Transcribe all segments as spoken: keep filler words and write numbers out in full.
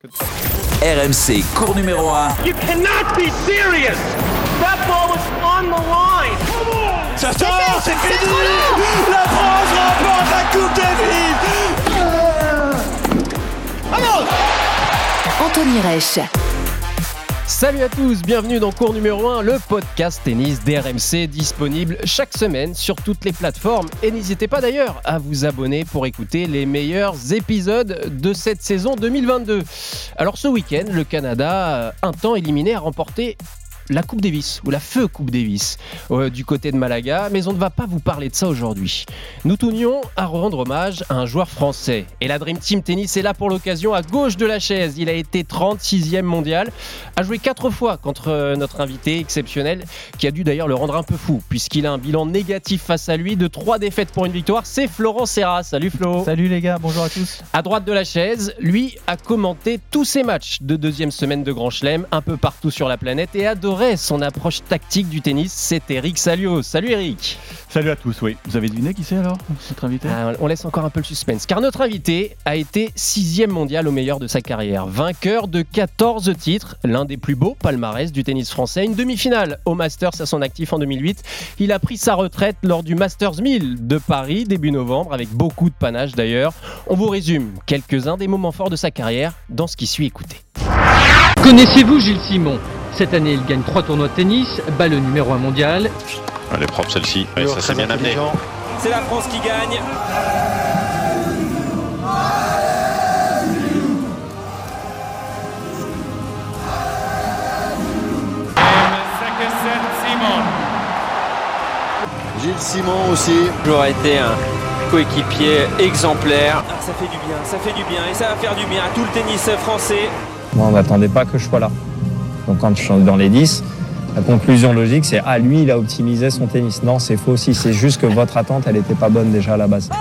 R M C, cours numéro un. You cannot be serious. That ball was on the line. Come on. Ça sort, c'est fini. La France remporte la Coupe Davis. Vamos. Anthony Reich. Salut à tous, bienvenue dans Cours numéro un, le podcast tennis d'R M C disponible chaque semaine sur toutes les plateformes. Et n'hésitez pas d'ailleurs à vous abonner pour écouter les meilleurs épisodes de cette saison deux mille vingt-deux. Alors ce week-end, le Canada, un temps éliminé, a remporté la Coupe Davis, ou la feu Coupe Davis, euh, du côté de Malaga, mais on ne va pas vous parler de ça aujourd'hui. Nous tenions à rendre hommage à un joueur français. Et la Dream Team Tennis est là pour l'occasion, à gauche de la chaise. Il a été trente-sixième mondial, a joué quatre fois contre euh, notre invité exceptionnel, qui a dû d'ailleurs le rendre un peu fou, puisqu'il a un bilan négatif face à lui, de trois défaites pour une victoire. C'est Florent Serra. Salut Flo. Salut les gars, bonjour à tous. À droite de la chaise, lui a commenté tous ses matchs de deuxième semaine de Grand Chelem, un peu partout sur la planète, et adoré son approche tactique du tennis. C'est Eric Salio. Salut Eric. Salut à tous, oui. Vous avez deviné qui c'est alors, notre invité ? Ah, on laisse encore un peu le suspense, car notre invité a été sixième mondial au meilleur de sa carrière, vainqueur de quatorze titres, l'un des plus beaux palmarès du tennis français, une demi-finale au Masters à son actif en deux mille huit. Il a pris sa retraite lors du Masters mille de Paris début novembre, avec beaucoup de panache d'ailleurs. On vous résume quelques-uns des moments forts de sa carrière dans ce qui suit. Écoutez. Connaissez-vous Gilles Simon ? Cette année, il gagne trois tournois de tennis, bat le numéro un mondial. Elle est propre celle-ci, et ça s'est bien amené. C'est la France qui gagne. Gilles Simon aussi. Toujours été un coéquipier exemplaire. Ah, ça fait du bien, ça fait du bien et ça va faire du bien à tout le tennis français. Moi, on m'attendait pas que je sois là. Donc quand je suis dans les dix, la conclusion logique c'est « Ah, lui, il a optimisé son tennis ». Non, c'est faux aussi. C'est juste que votre attente, elle n'était pas bonne déjà à la base.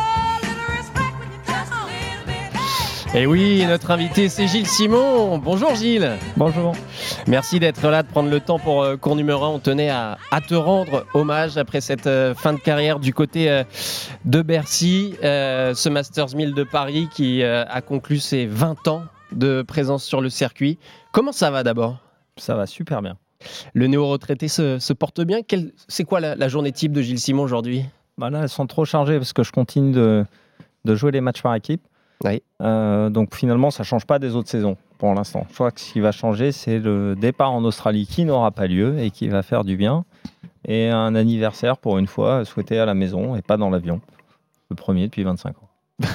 Et oui, notre invité, c'est Gilles Simon. Bonjour Gilles. Bonjour. Merci d'être là, de prendre le temps pour euh, Cours numéro un. On tenait à, à te rendre hommage après cette euh, fin de carrière du côté euh, de Bercy. Euh, ce Masters mille de Paris qui euh, a conclu ses vingt ans de présence sur le circuit. Comment ça va d'abord ? Ça va super bien. Le néo-retraité se, se porte bien. Quel, c'est quoi la, la journée type de Gilles Simon aujourd'hui ? Bah là, elles sont trop chargées parce que je continue de, de jouer les matchs par équipe. Oui. Euh, donc finalement, ça ne change pas des autres saisons pour l'instant. Je crois que ce qui va changer, c'est le départ en Australie qui n'aura pas lieu et qui va faire du bien. Et un anniversaire, pour une fois, souhaité à la maison et pas dans l'avion. Le premier depuis vingt-cinq ans.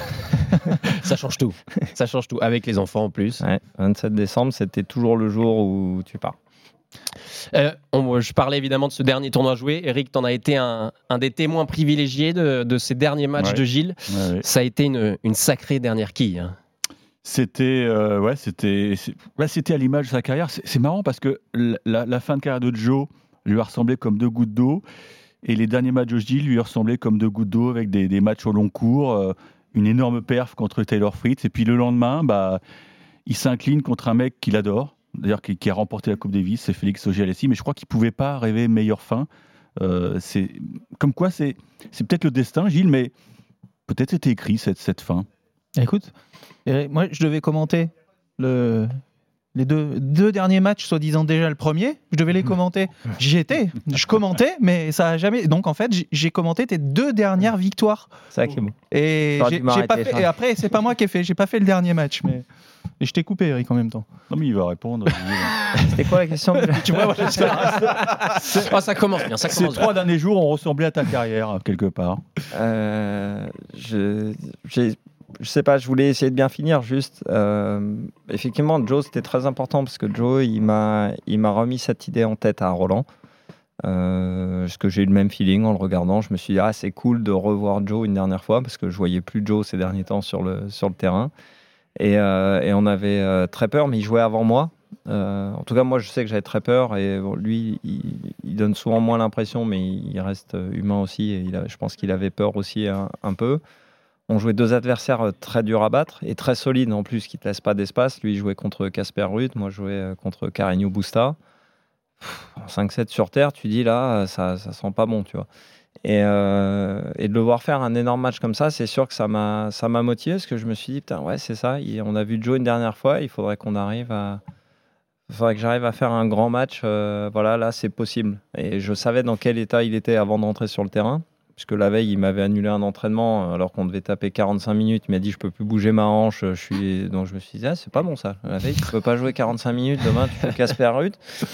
Ça change tout. Ça change tout. Avec les enfants en plus. Ouais, vingt-sept décembre, c'était toujours le jour où tu pars. Euh, on, je parlais évidemment de ce dernier tournoi joué. Eric, tu en as été un, un des témoins privilégiés de, de ces derniers matchs ouais. de Gilles. Ouais, ouais. Ça a été une, une sacrée dernière quille. Hein. C'était, euh, ouais, c'était, ouais, c'était à l'image de sa carrière. C'est, c'est marrant parce que la, la fin de carrière de Joe lui a ressemblé comme deux gouttes d'eau. Et les derniers matchs de Gilles lui ressemblaient comme deux gouttes d'eau avec des, des matchs au long cours. Euh, une énorme perf contre Taylor Fritz. Et puis le lendemain, bah, il s'incline contre un mec qu'il adore. D'ailleurs, qui, qui a remporté la Coupe Davis, c'est Félix Auger-Aliassime, mais je crois qu'il ne pouvait pas rêver meilleure fin. Euh, c'est, comme quoi, c'est, c'est peut-être le destin, Gilles, mais peut-être c'était écrit cette, cette fin. Écoute, moi, je devais commenter le, les deux, deux derniers matchs, soi-disant déjà le premier. Je devais les commenter. J'y étais, je commentais, mais ça n'a jamais... Donc, en fait, j'ai commenté tes deux dernières victoires. C'est ça qui est bon. Et, j'ai, j'ai pas fait, et après, c'est pas moi qui ai fait. J'ai pas fait le dernier match, mais... Et je t'ai coupé, Eric, en même temps. Non, mais il va répondre. C'était quoi la question ? Tu vois, voilà, c'est... C'est... Oh, ça commence bien. Ça commence Ces trois bien. derniers jours ont ressemblé à ta carrière, quelque part. Euh, je, j'ai, je sais pas, je voulais essayer de bien finir, juste. Euh, effectivement, Joe, c'était très important parce que Joe, il m'a, il m'a remis cette idée en tête à Roland. Euh, parce que j'ai eu le même feeling en le regardant. Je me suis dit, ah, c'est cool de revoir Joe une dernière fois parce que je voyais plus Joe ces derniers temps sur le, sur le terrain. Et, euh, et on avait euh, très peur, mais il jouait avant moi. Euh, en tout cas, moi, je sais que j'avais très peur. Et bon, lui, il, il donne souvent moins l'impression, mais il reste humain aussi. Et il a, je pense qu'il avait peur aussi un, un peu. On jouait deux adversaires très durs à battre et très solides en plus, qui ne te laissent pas d'espace. Lui, il jouait contre Casper Ruud, moi, je jouais contre Carreño Busta. En cinq sept sur terre, tu dis là, ça ne sent pas bon, tu vois. Et, euh, et de le voir faire un énorme match comme ça, c'est sûr que ça m'a, ça m'a motivé parce que je me suis dit, putain, ouais, c'est ça. Il, on a vu Joe une dernière fois, il faudrait qu'on arrive à. Il faudrait que j'arrive à faire un grand match. Euh, voilà, là, c'est possible. Et je savais dans quel état il était avant d'entrer sur le terrain. Puisque la veille, il m'avait annulé un entraînement alors qu'on devait taper quarante-cinq minutes. Il m'a dit, je peux plus bouger ma hanche. Je suis... Donc je me suis dit, ah, c'est pas bon ça. La veille, tu peux pas jouer quarante-cinq minutes. Demain, tu fais Casper Ruud.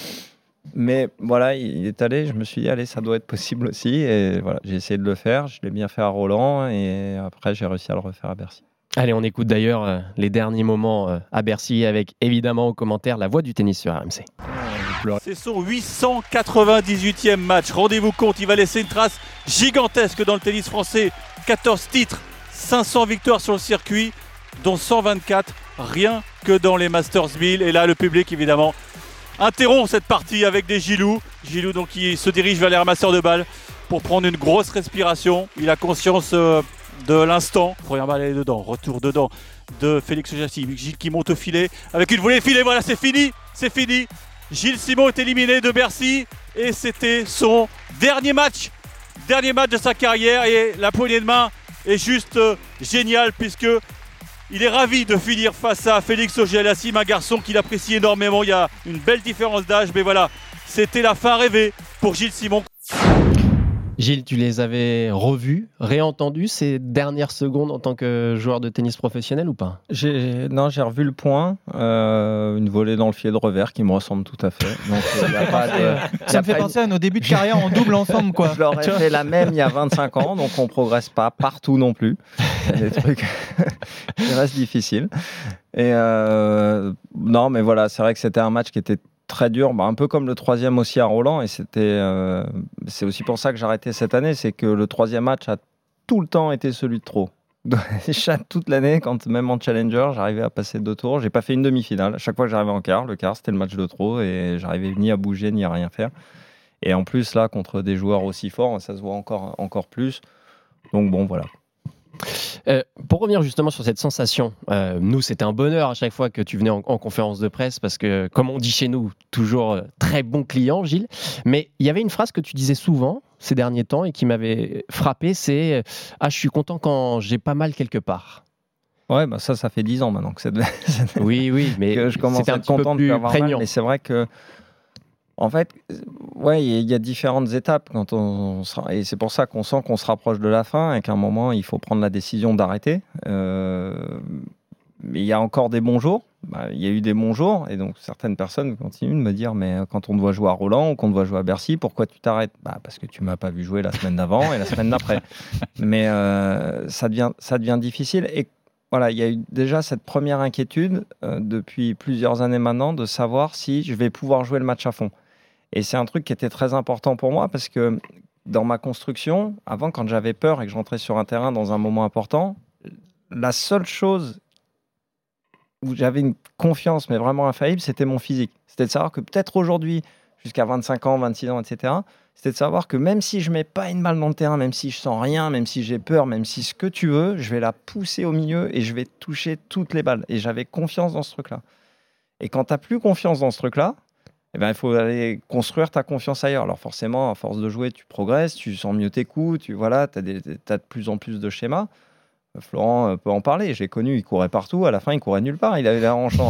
Mais voilà, il est allé. Je me suis dit, allez, ça doit être possible aussi. Et voilà, j'ai essayé de le faire. Je l'ai bien fait à Roland. Et après, j'ai réussi à le refaire à Bercy. Allez, on écoute d'ailleurs euh, les derniers moments euh, à Bercy avec évidemment au commentaire la voix du tennis sur R M C. C'est son huit cent quatre-vingt-dix-huitième match. Rendez-vous compte, il va laisser une trace gigantesque dans le tennis français. quatorze titres, cinq cents victoires sur le circuit, dont cent vingt-quatre rien que dans les Masters mille. Et là, le public, évidemment, interrompt cette partie avec des Gilou. Gilou, donc, qui se dirige vers les ramasseurs de balles pour prendre une grosse respiration. Il a conscience euh, de l'instant. Première balle, elle est dedans. Retour dedans de Félix Auger-Aliassime. Gilles qui monte au filet avec une volée filet. Voilà, c'est fini. C'est fini. Gilles Simon est éliminé de Bercy. Et c'était son dernier match. Dernier match de sa carrière. Et la poignée de main est juste euh, géniale puisque il est ravi de finir face à Félix Auger-Aliassime, un garçon qu'il apprécie énormément. Il y a une belle différence d'âge. Mais voilà, c'était la fin rêvée pour Gilles Simon. Gilles, tu les avais revus, réentendus ces dernières secondes en tant que joueur de tennis professionnel ou pas ? j'ai, Non, j'ai revu le point, euh, une volée dans le filet de revers qui me ressemble tout à fait. Donc, ça y a pas de, ça me fait penser à nos débuts de carrière en double ensemble, quoi. Je l'aurais fait la même il y a vingt-cinq ans, donc on ne progresse pas partout non plus. Il y a des trucs qui restent difficiles. Et euh, non, mais voilà, c'est vrai que c'était un match qui était très dur, bah, un peu comme le troisième aussi à Roland, et c'était, euh, c'est aussi pour ça que j'ai arrêté cette année, c'est que le troisième match a tout le temps été celui de trop. Chaque, toute l'année, quand même en Challenger, j'arrivais à passer deux tours, j'ai pas fait une demi-finale. À chaque fois que j'arrivais en quart, le quart c'était le match de trop, et j'arrivais ni à bouger ni à rien faire. Et en plus là, contre des joueurs aussi forts, ça se voit encore, encore plus. Donc bon, voilà. Euh, pour revenir justement sur cette sensation, euh, nous c'était un bonheur à chaque fois que tu venais en, en conférence de presse parce que, comme on dit chez nous, toujours euh, très bon client, Gilles. Mais il y avait une phrase que tu disais souvent ces derniers temps et qui m'avait frappé, c'est « Ah, je suis content quand j'ai pas mal quelque part ». Ouais, bah ça, ça fait dix ans maintenant que c'est de... Oui, oui, mais que je commence à être content de plus avoir mal. Mais c'est vrai que en fait, ouais, il y a différentes étapes quand on, on et c'est pour ça qu'on sent qu'on se rapproche de la fin et qu'à un moment il faut prendre la décision d'arrêter. Euh, mais il y a encore des bons jours. Bah, il y a eu des bons jours et donc certaines personnes continuent de me dire mais quand on doit jouer à Roland ou qu'on doit jouer à Bercy, pourquoi tu t'arrêtes ? Bah parce que tu m'as pas vu jouer la semaine d'avant et la semaine d'après. Mais euh, ça devient ça devient difficile et voilà, il y a eu déjà cette première inquiétude euh, depuis plusieurs années maintenant de savoir si je vais pouvoir jouer le match à fond. Et c'est un truc qui était très important pour moi parce que dans ma construction, avant, quand j'avais peur et que je rentrais sur un terrain dans un moment important, la seule chose où j'avais une confiance, mais vraiment infaillible, c'était mon physique. C'était de savoir que peut-être aujourd'hui, jusqu'à vingt-cinq ans, vingt-six ans, et cetera, c'était de savoir que même si je ne mets pas une balle dans le terrain, même si je sens rien, même si j'ai peur, même si ce que tu veux, je vais la pousser au milieu et je vais toucher toutes les balles. Et j'avais confiance dans ce truc-là. Et quand tu n'as plus confiance dans ce truc-là, eh ben, il faut aller construire ta confiance ailleurs. Alors forcément, à force de jouer, tu progresses, tu sens mieux tes coups, tu voilà, as, des, as de plus en plus de schémas. Florent peut en parler. J'ai connu, il courait partout. À la fin, il courait nulle part. Il avait la hanche en...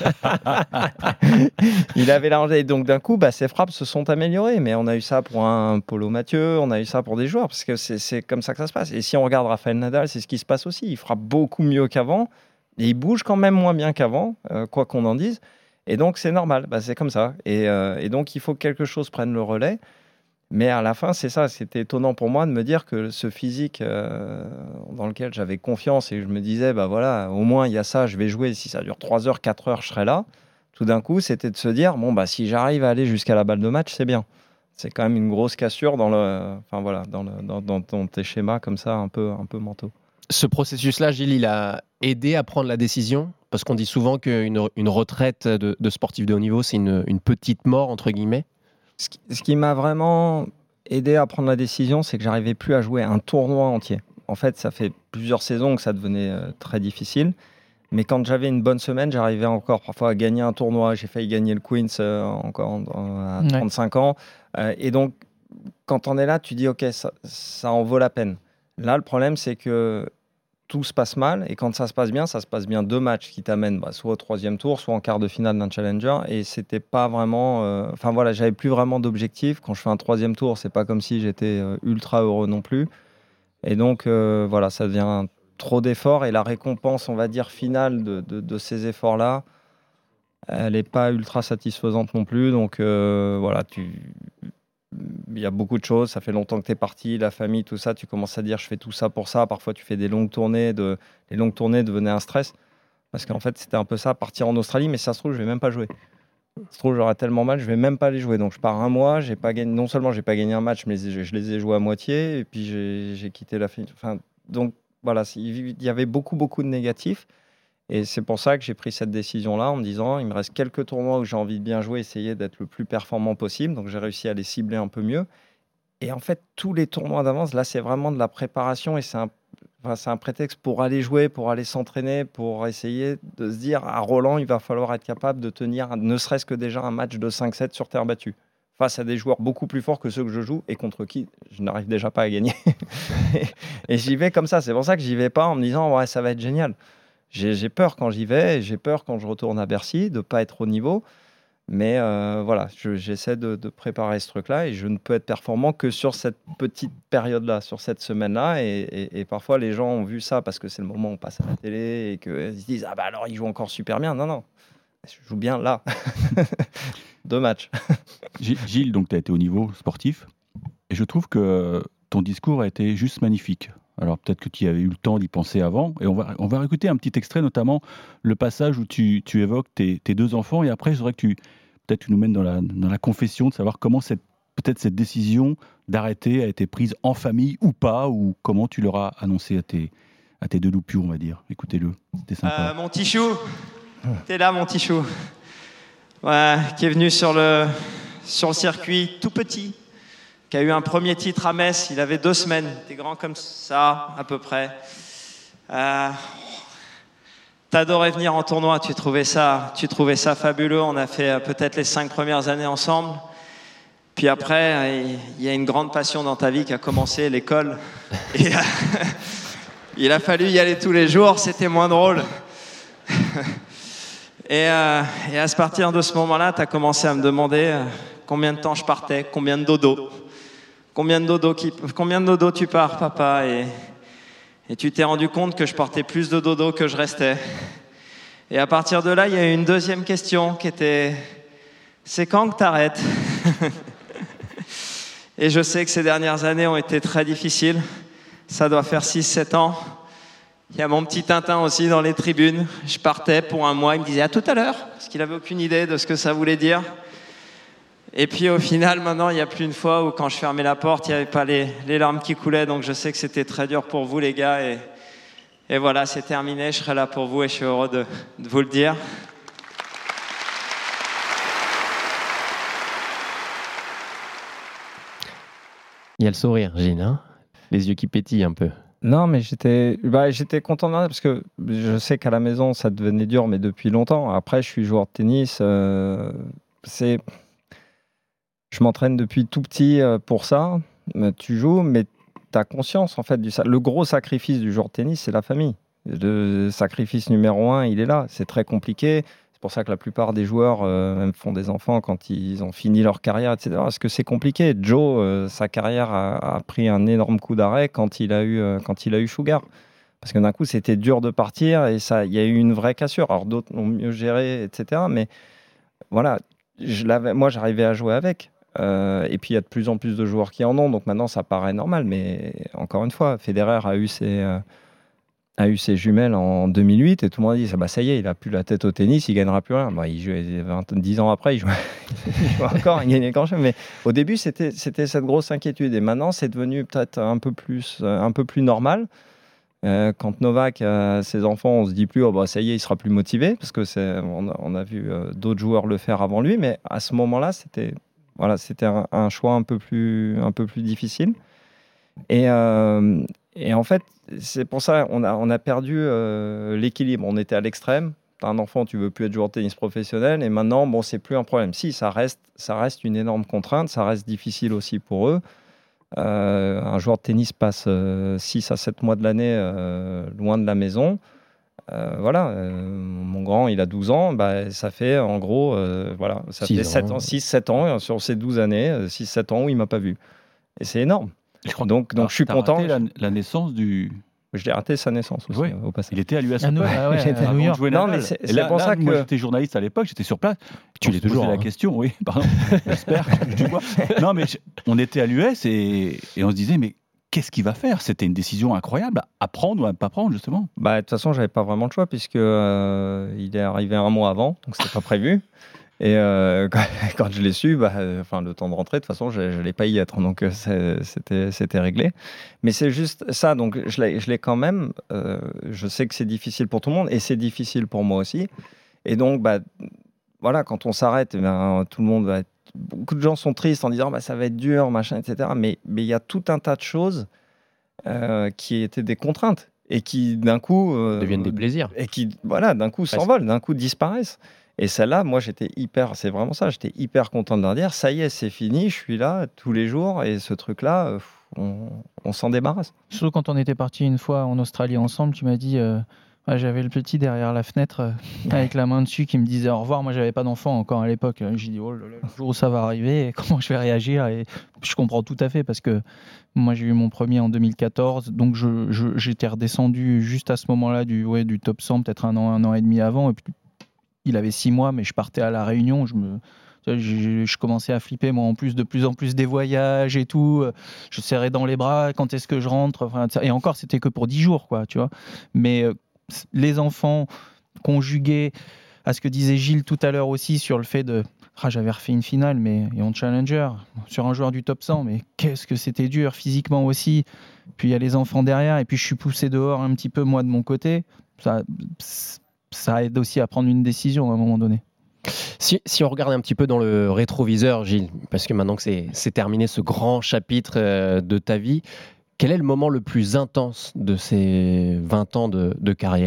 il avait la hanche. Et donc, d'un coup, bah, ses frappes se sont améliorées. Mais on a eu ça pour un Polo Mathieu, on a eu ça pour des joueurs, parce que c'est, c'est comme ça que ça se passe. Et si on regarde Rafael Nadal, c'est ce qui se passe aussi. Il frappe beaucoup mieux qu'avant. Et il bouge quand même moins bien qu'avant, euh, quoi qu'on en dise. Et donc, c'est normal, bah, c'est comme ça. Et, euh, et donc, il faut que quelque chose prenne le relais. Mais à la fin, c'est ça. C'était étonnant pour moi de me dire que ce physique euh, dans lequel j'avais confiance et je me disais, bah voilà, au moins, il y a ça, je vais jouer. Si ça dure trois heures, quatre heures, je serai là. Tout d'un coup, c'était de se dire, bon, bah, si j'arrive à aller jusqu'à la balle de match, c'est bien. C'est quand même une grosse cassure dans, le, enfin, voilà, dans, le, dans, dans, dans tes schémas comme ça, un peu, un peu mentaux. Ce processus-là, Gilles, il a aidé à prendre la décision ? Parce qu'on dit souvent qu'une une retraite de, de sportif de haut niveau, c'est une, une petite mort, entre guillemets. Ce qui, ce qui m'a vraiment aidé à prendre la décision, c'est que j'arrivais plus à jouer un tournoi entier. En fait, ça fait plusieurs saisons que ça devenait euh, très difficile. Mais quand j'avais une bonne semaine, j'arrivais encore parfois à gagner un tournoi. J'ai failli gagner le Queens euh, encore en, en, à trente-cinq ouais. ans. Euh, et donc, quand on est là, tu dis ok, ça, ça en vaut la peine. Là, le problème, c'est que tout se passe mal, et quand ça se passe bien, ça se passe bien deux matchs qui t'amènent bah, soit au troisième tour, soit en quart de finale d'un challenger, et c'était pas vraiment... Enfin euh, voilà, j'avais plus vraiment d'objectif. Quand je fais un troisième tour, c'est pas comme si j'étais euh, ultra heureux non plus. Et donc, euh, voilà, ça devient trop d'efforts, et la récompense, on va dire, finale de, de, de ces efforts-là, elle n'est pas ultra satisfaisante non plus. Donc, euh, voilà, tu... il y a beaucoup de choses. Ça fait longtemps que tu es parti, la famille, tout ça. Tu commences à dire, je fais tout ça pour ça. Parfois, tu fais des longues tournées. De... Les longues tournées devenaient un stress. Parce qu'en fait, c'était un peu ça, partir en Australie, mais ça se trouve, je vais même pas jouer. Ça se trouve, j'aurais tellement mal, je vais même pas les jouer. Donc, je pars un mois. J'ai pas gagné... Non seulement j'ai pas gagné un match, mais je les ai joués à moitié. Et puis, j'ai, j'ai quitté la finale. Enfin, donc, voilà, il y avait beaucoup, beaucoup de négatifs. Et c'est pour ça que j'ai pris cette décision-là en me disant, il me reste quelques tournois où j'ai envie de bien jouer, essayer d'être le plus performant possible. Donc, j'ai réussi à les cibler un peu mieux. Et en fait, tous les tournois d'avance, là, c'est vraiment de la préparation, et c'est un, enfin, c'est un prétexte pour aller jouer, pour aller s'entraîner, pour essayer de se dire, à Roland, il va falloir être capable de tenir ne serait-ce que déjà un match de cinq sept sur terre battue, face à des joueurs beaucoup plus forts que ceux que je joue et contre qui je n'arrive déjà pas à gagner. et, et j'y vais comme ça. C'est pour ça que j'y vais pas en me disant, ouais, ça va être génial. J'ai, j'ai peur quand j'y vais, et j'ai peur quand je retourne à Bercy de ne pas être au niveau. Mais euh, voilà, je, j'essaie de, de préparer ce truc-là, et je ne peux être performant que sur cette petite période-là, sur cette semaine-là. Et, et, et parfois, les gens ont vu ça parce que c'est le moment où on passe à la télé et qu'ils se disent « Ah bah alors, il joue encore super bien ». Non, non, je joue bien là. Deux matchs. Gilles, donc tu as été au niveau sportif, et je trouve que ton discours a été juste magnifique. Alors peut-être que tu avais eu le temps d'y penser avant, et on va, on va écouter un petit extrait, notamment le passage où tu, tu évoques tes, tes deux enfants, et après je voudrais que tu, peut-être tu nous mènes dans la, dans la confession de savoir comment cette, peut-être cette décision d'arrêter a été prise en famille ou pas, ou comment tu l'auras annoncé à tes, à tes deux loupus, on va dire. Écoutez-le, c'était sympa. Euh, mon Tichou, t'es là mon Tichou, ouais, qui est venu sur le, sur le circuit tout petit, qui a eu un premier titre à Metz, il avait deux semaines, il était grand comme ça, à peu près. Euh, T'adorais venir en tournoi, tu trouvais ça, tu trouvais ça fabuleux. On a fait euh, peut-être les cinq premières années ensemble. Puis après, il y a une grande passion dans ta vie qui a commencé, l'école. Et, euh, il a fallu y aller tous les jours, c'était moins drôle. et, euh, et à partir de ce moment-là, tu as commencé à me demander euh, combien de temps je partais, combien de dodo. Combien de dodo, qui, combien de dodo tu pars, papa, et, et tu t'es rendu compte que je portais plus de dodo que je restais. Et à partir de là, il y a eu une deuxième question qui était « C'est quand que t'arrêtes ?» Et je sais que ces dernières années ont été très difficiles. Ça doit faire six sept ans. Il y a mon petit Tintin aussi dans les tribunes. Je partais pour un mois, il me disait « À tout à l'heure », parce qu'il n'avait aucune idée de ce que ça voulait dire. Et puis au final, maintenant, il n'y a plus une fois où quand je fermais la porte, il n'y avait pas les, les larmes qui coulaient. Donc je sais que c'était très dur pour vous, les gars. Et, et voilà, c'est terminé. Je serai là pour vous et je suis heureux de, de vous le dire. Il y a le sourire, Gilles, hein, les yeux qui pétillent un peu. Non, mais j'étais, bah, j'étais content de ça parce que je sais qu'à la maison, ça devenait dur, mais depuis longtemps. Après, je suis joueur de tennis. Euh, c'est... Je m'entraîne depuis tout petit pour ça. Tu joues, mais tu as conscience en fait du le gros sacrifice du joueur de tennis, c'est la famille. Le sacrifice numéro un, il est là. C'est très compliqué. C'est pour ça que la plupart des joueurs euh, même font des enfants quand ils ont fini leur carrière, et cetera. Parce que c'est compliqué. Joe, euh, sa carrière a, a pris un énorme coup d'arrêt quand il a eu euh, quand il a eu Sugar. Parce que d'un coup, c'était dur de partir et ça, il y a eu une vraie cassure. Alors d'autres l'ont mieux géré, et cetera. Mais voilà, je l'avais, moi, j'arrivais à jouer avec. Euh, et puis il y a de plus en plus de joueurs qui en ont, donc maintenant ça paraît normal. Mais encore une fois, Federer a eu ses, euh, a eu ses jumelles en deux mille huit et tout le monde a dit bah, ça y est, il a plus la tête au tennis, il gagnera plus rien. Bah, il jouait vingt, dix ans après, il jouait, il jouait encore, il gagnait grand chose. Mais au début, c'était, c'était cette grosse inquiétude. Et maintenant, c'est devenu peut-être un peu plus, un peu plus normal. Euh, quand Novak a ses enfants, on se dit plus oh, bah, ça y est, il sera plus motivé parce que c'est, on, a, on a vu euh, d'autres joueurs le faire avant lui. Mais à ce moment-là, c'était Voilà, c'était un, un choix un peu plus, un peu plus difficile. Et, euh, et en fait, c'est pour ça qu'on a, on a perdu euh, l'équilibre. On était à l'extrême. Tu as un enfant, tu ne veux plus être joueur de tennis professionnel. Et maintenant, bon, c'est plus un problème. Si, ça reste, ça reste une énorme contrainte. Ça reste difficile aussi pour eux. euh, un joueur de tennis passe euh, six à sept mois de l'année euh, loin de la maison. Euh, voilà, euh, mon grand, il a douze ans, bah, ça fait en gros, euh, voilà, ça fait sept ans, six sept ans sur ces douze années, six sept ans où il m'a pas vu. Et c'est énorme. Je crois donc, que donc je suis content. La, la naissance du. Je l'ai raté sa naissance aussi, oui. au passage. Il était à l'U S Open. Ah ouais, à New York. Non, mais c'est, c'est là, pour là, ça moi, que j'étais journaliste à l'époque, j'étais sur place. Tu l'es toujours. C'est hein. la question, oui. Pardon. J'espère. Tu vois. Non, mais je, on était à l'U S et, et on se disait, mais qu'est-ce qu'il va faire ? C'était une décision incroyable à prendre ou à ne pas prendre, justement. Bah, de toute façon, j'avais pas vraiment le choix puisque euh, il est arrivé un mois avant, donc c'était pas prévu. Et euh, quand, quand je l'ai su, bah, enfin, le temps de rentrer, de toute façon, je n'allais pas y être. Donc, c'est, c'était, c'était réglé. Mais c'est juste ça. Donc, je l'ai, je l'ai quand même. Euh, je sais que c'est difficile pour tout le monde et c'est difficile pour moi aussi. Et donc, bah, voilà, quand on s'arrête, eh bien, tout le monde va être... Beaucoup de gens sont tristes en disant bah, ça va être dur, machin, et cetera. Mais il y a tout un tas de choses euh, qui étaient des contraintes et qui, d'un coup... Euh, deviennent des plaisirs. Et qui, voilà, d'un coup, Presque. s'envolent, d'un coup, disparaissent. Et celle-là, moi, j'étais hyper, c'est vraiment ça, j'étais hyper content de leur dire, ça y est, c'est fini, je suis là tous les jours, et ce truc-là, on, on s'en débarrasse. Surtout quand on était partis une fois en Australie ensemble, tu m'as dit, euh, ouais, j'avais le petit derrière la fenêtre, euh, avec la main dessus, qui me disait au revoir. Moi, j'avais pas d'enfant encore à l'époque. J'ai dit, oh là là, le jour où ça va arriver, comment je vais réagir ? Et je comprends tout à fait, parce que moi, j'ai eu mon premier en deux mille quatorze, donc je, je, j'étais redescendu juste à ce moment-là du, ouais, du top cent, peut-être un an, un an et demi avant, et puis il avait six mois, mais je partais à La Réunion. Je, me, je, je commençais à flipper, moi, en plus, de plus en plus des voyages et tout. Je serrais dans les bras, quand est-ce que je rentre, enfin, et encore, c'était que pour dix jours, quoi, tu vois. Mais euh, les enfants, conjugués à ce que disait Gilles tout à l'heure aussi sur le fait de... Ah, j'avais refait une finale, mais et en challenger, sur un joueur du top cent, mais qu'est-ce que c'était dur, physiquement aussi. Puis il y a les enfants derrière, et puis je suis poussé dehors un petit peu, moi, de mon côté. Ça... ça aide aussi à prendre une décision à un moment donné. Si, si on regarde un petit peu dans le rétroviseur, Gilles, parce que maintenant que c'est, c'est terminé ce grand chapitre euh, de ta vie, quel est le moment le plus intense de ces vingt ans de, de carrière ?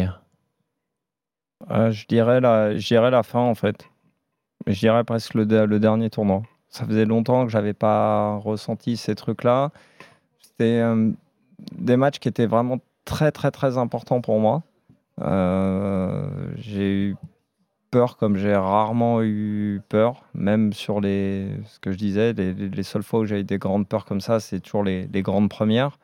euh, je, dirais la, je dirais la fin, en fait. Je dirais presque le, le dernier tournoi. Ça faisait longtemps que je n'avais pas ressenti ces trucs-là. C'était euh, des matchs qui étaient vraiment très, très, très importants pour moi. Euh, j'ai eu peur comme j'ai rarement eu peur, même sur les, ce que je disais, les, les seules fois où j'ai eu des grandes peurs comme ça, c'est toujours les, les grandes premières.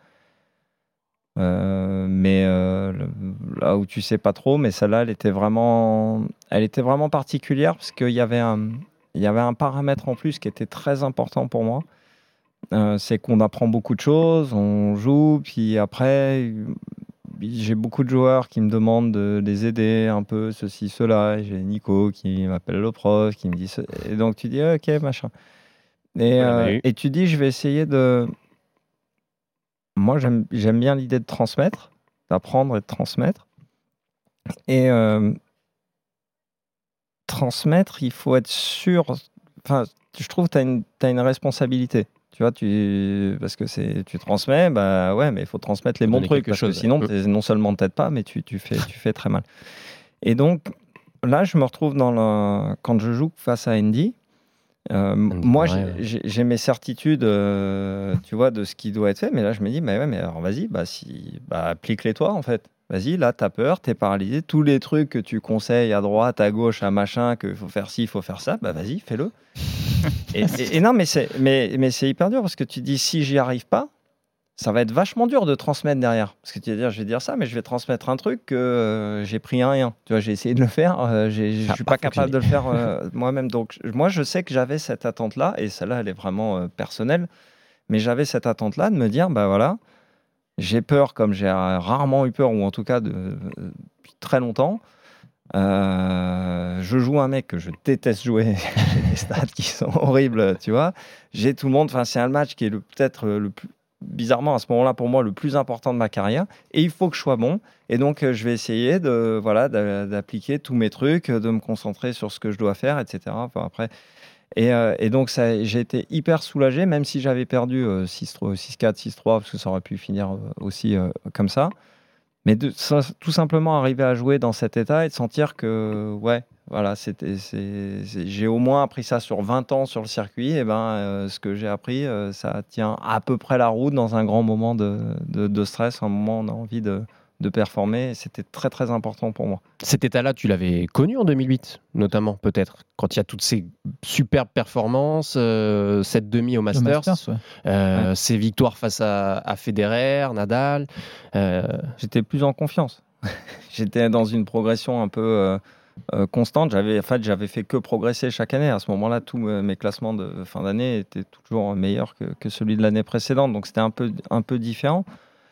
Euh, mais euh, là où tu sais pas trop, mais celle-là, elle était vraiment, elle était vraiment particulière parce qu'il y avait un, il y avait un paramètre en plus qui était très important pour moi. Euh, c'est qu'on apprend beaucoup de choses, on joue, puis après. J'ai beaucoup de joueurs qui me demandent de les aider un peu, ceci, cela. J'ai Nico qui m'appelle le prof, qui me dit... Ce... Et donc, tu dis, OK, machin. Et, euh, et tu dis, je vais essayer de... Moi, j'aime, j'aime bien l'idée de transmettre, d'apprendre et de transmettre. Et euh, transmettre, il faut être sûr... Enfin, je trouve que tu as une, t'as une responsabilité. Tu vois, tu, parce que c'est, tu transmets, bah ouais, mais il faut transmettre les bons trucs, parce chose, que sinon, ouais. non seulement t'aides pas, mais tu, tu, fais, tu fais très mal. Et donc, là, je me retrouve dans le, quand je joue face à Andy, euh, moi, ouais, j'ai, j'ai mes certitudes, euh, tu vois, de ce qui doit être fait, mais là, je me dis, bah ouais, mais alors vas-y, bah, si, bah, applique-les toi, en fait. Vas-y, là, t'as peur, t'es paralysé. Tous les trucs que tu conseilles à droite, à gauche, à machin, qu'il faut faire ci, il faut faire ça, bah vas-y, fais-le. et, et, et non, mais c'est, mais, mais c'est hyper dur parce que tu dis, si j'y arrive pas, ça va être vachement dur de transmettre derrière. Parce que tu vas dire, je vais dire ça, mais je vais transmettre un truc que euh, j'ai pris un et un. Tu vois, j'ai essayé de le faire, euh, j'ai, je suis pas, pas capable de le faire euh, moi-même. Donc, moi, je sais que j'avais cette attente-là, et celle-là, elle est vraiment euh, personnelle, mais j'avais cette attente-là de me dire, bah voilà, j'ai peur comme j'ai rarement eu peur, ou en tout cas de, de, depuis très longtemps. Euh, je joue un mec que je déteste jouer. J'ai des stats qui sont horribles, tu vois. J'ai tout le monde. Enfin, c'est un match qui est le, peut-être le plus, bizarrement à ce moment-là pour moi, le plus important de ma carrière. Et il faut que je sois bon. Et donc, je vais essayer de, voilà, d'appliquer tous mes trucs, de me concentrer sur ce que je dois faire, et cetera. Enfin, après. Et, euh, et donc, ça, j'ai été hyper soulagé, même si j'avais perdu euh, six quatre, six trois, parce que ça aurait pu finir euh, aussi euh, comme ça. Mais de, ça, tout simplement arriver à jouer dans cet état et de sentir que, ouais, Voilà, c'était, c'est, c'est, j'ai au moins appris ça sur vingt ans sur le circuit. Et ben, euh, ce que j'ai appris, euh, ça tient à peu près la route dans un grand moment de, de, de stress, un moment où on a envie de, de performer. Et c'était très, très important pour moi. Cet état-là, tu l'avais connu en deux mille huit, notamment, peut-être, quand il y a toutes ces superbes performances, euh, cette demi au Masters, Masters ouais. euh, Ouais. ces victoires face à, à Federer, Nadal. Euh... J'étais plus en confiance. J'étais dans une progression un peu... Euh, Euh, constante. J'avais, en fait, j'avais fait que progresser chaque année. À ce moment-là, tous mes classements de fin d'année étaient toujours meilleurs que, que celui de l'année précédente. Donc, c'était un peu, un peu différent.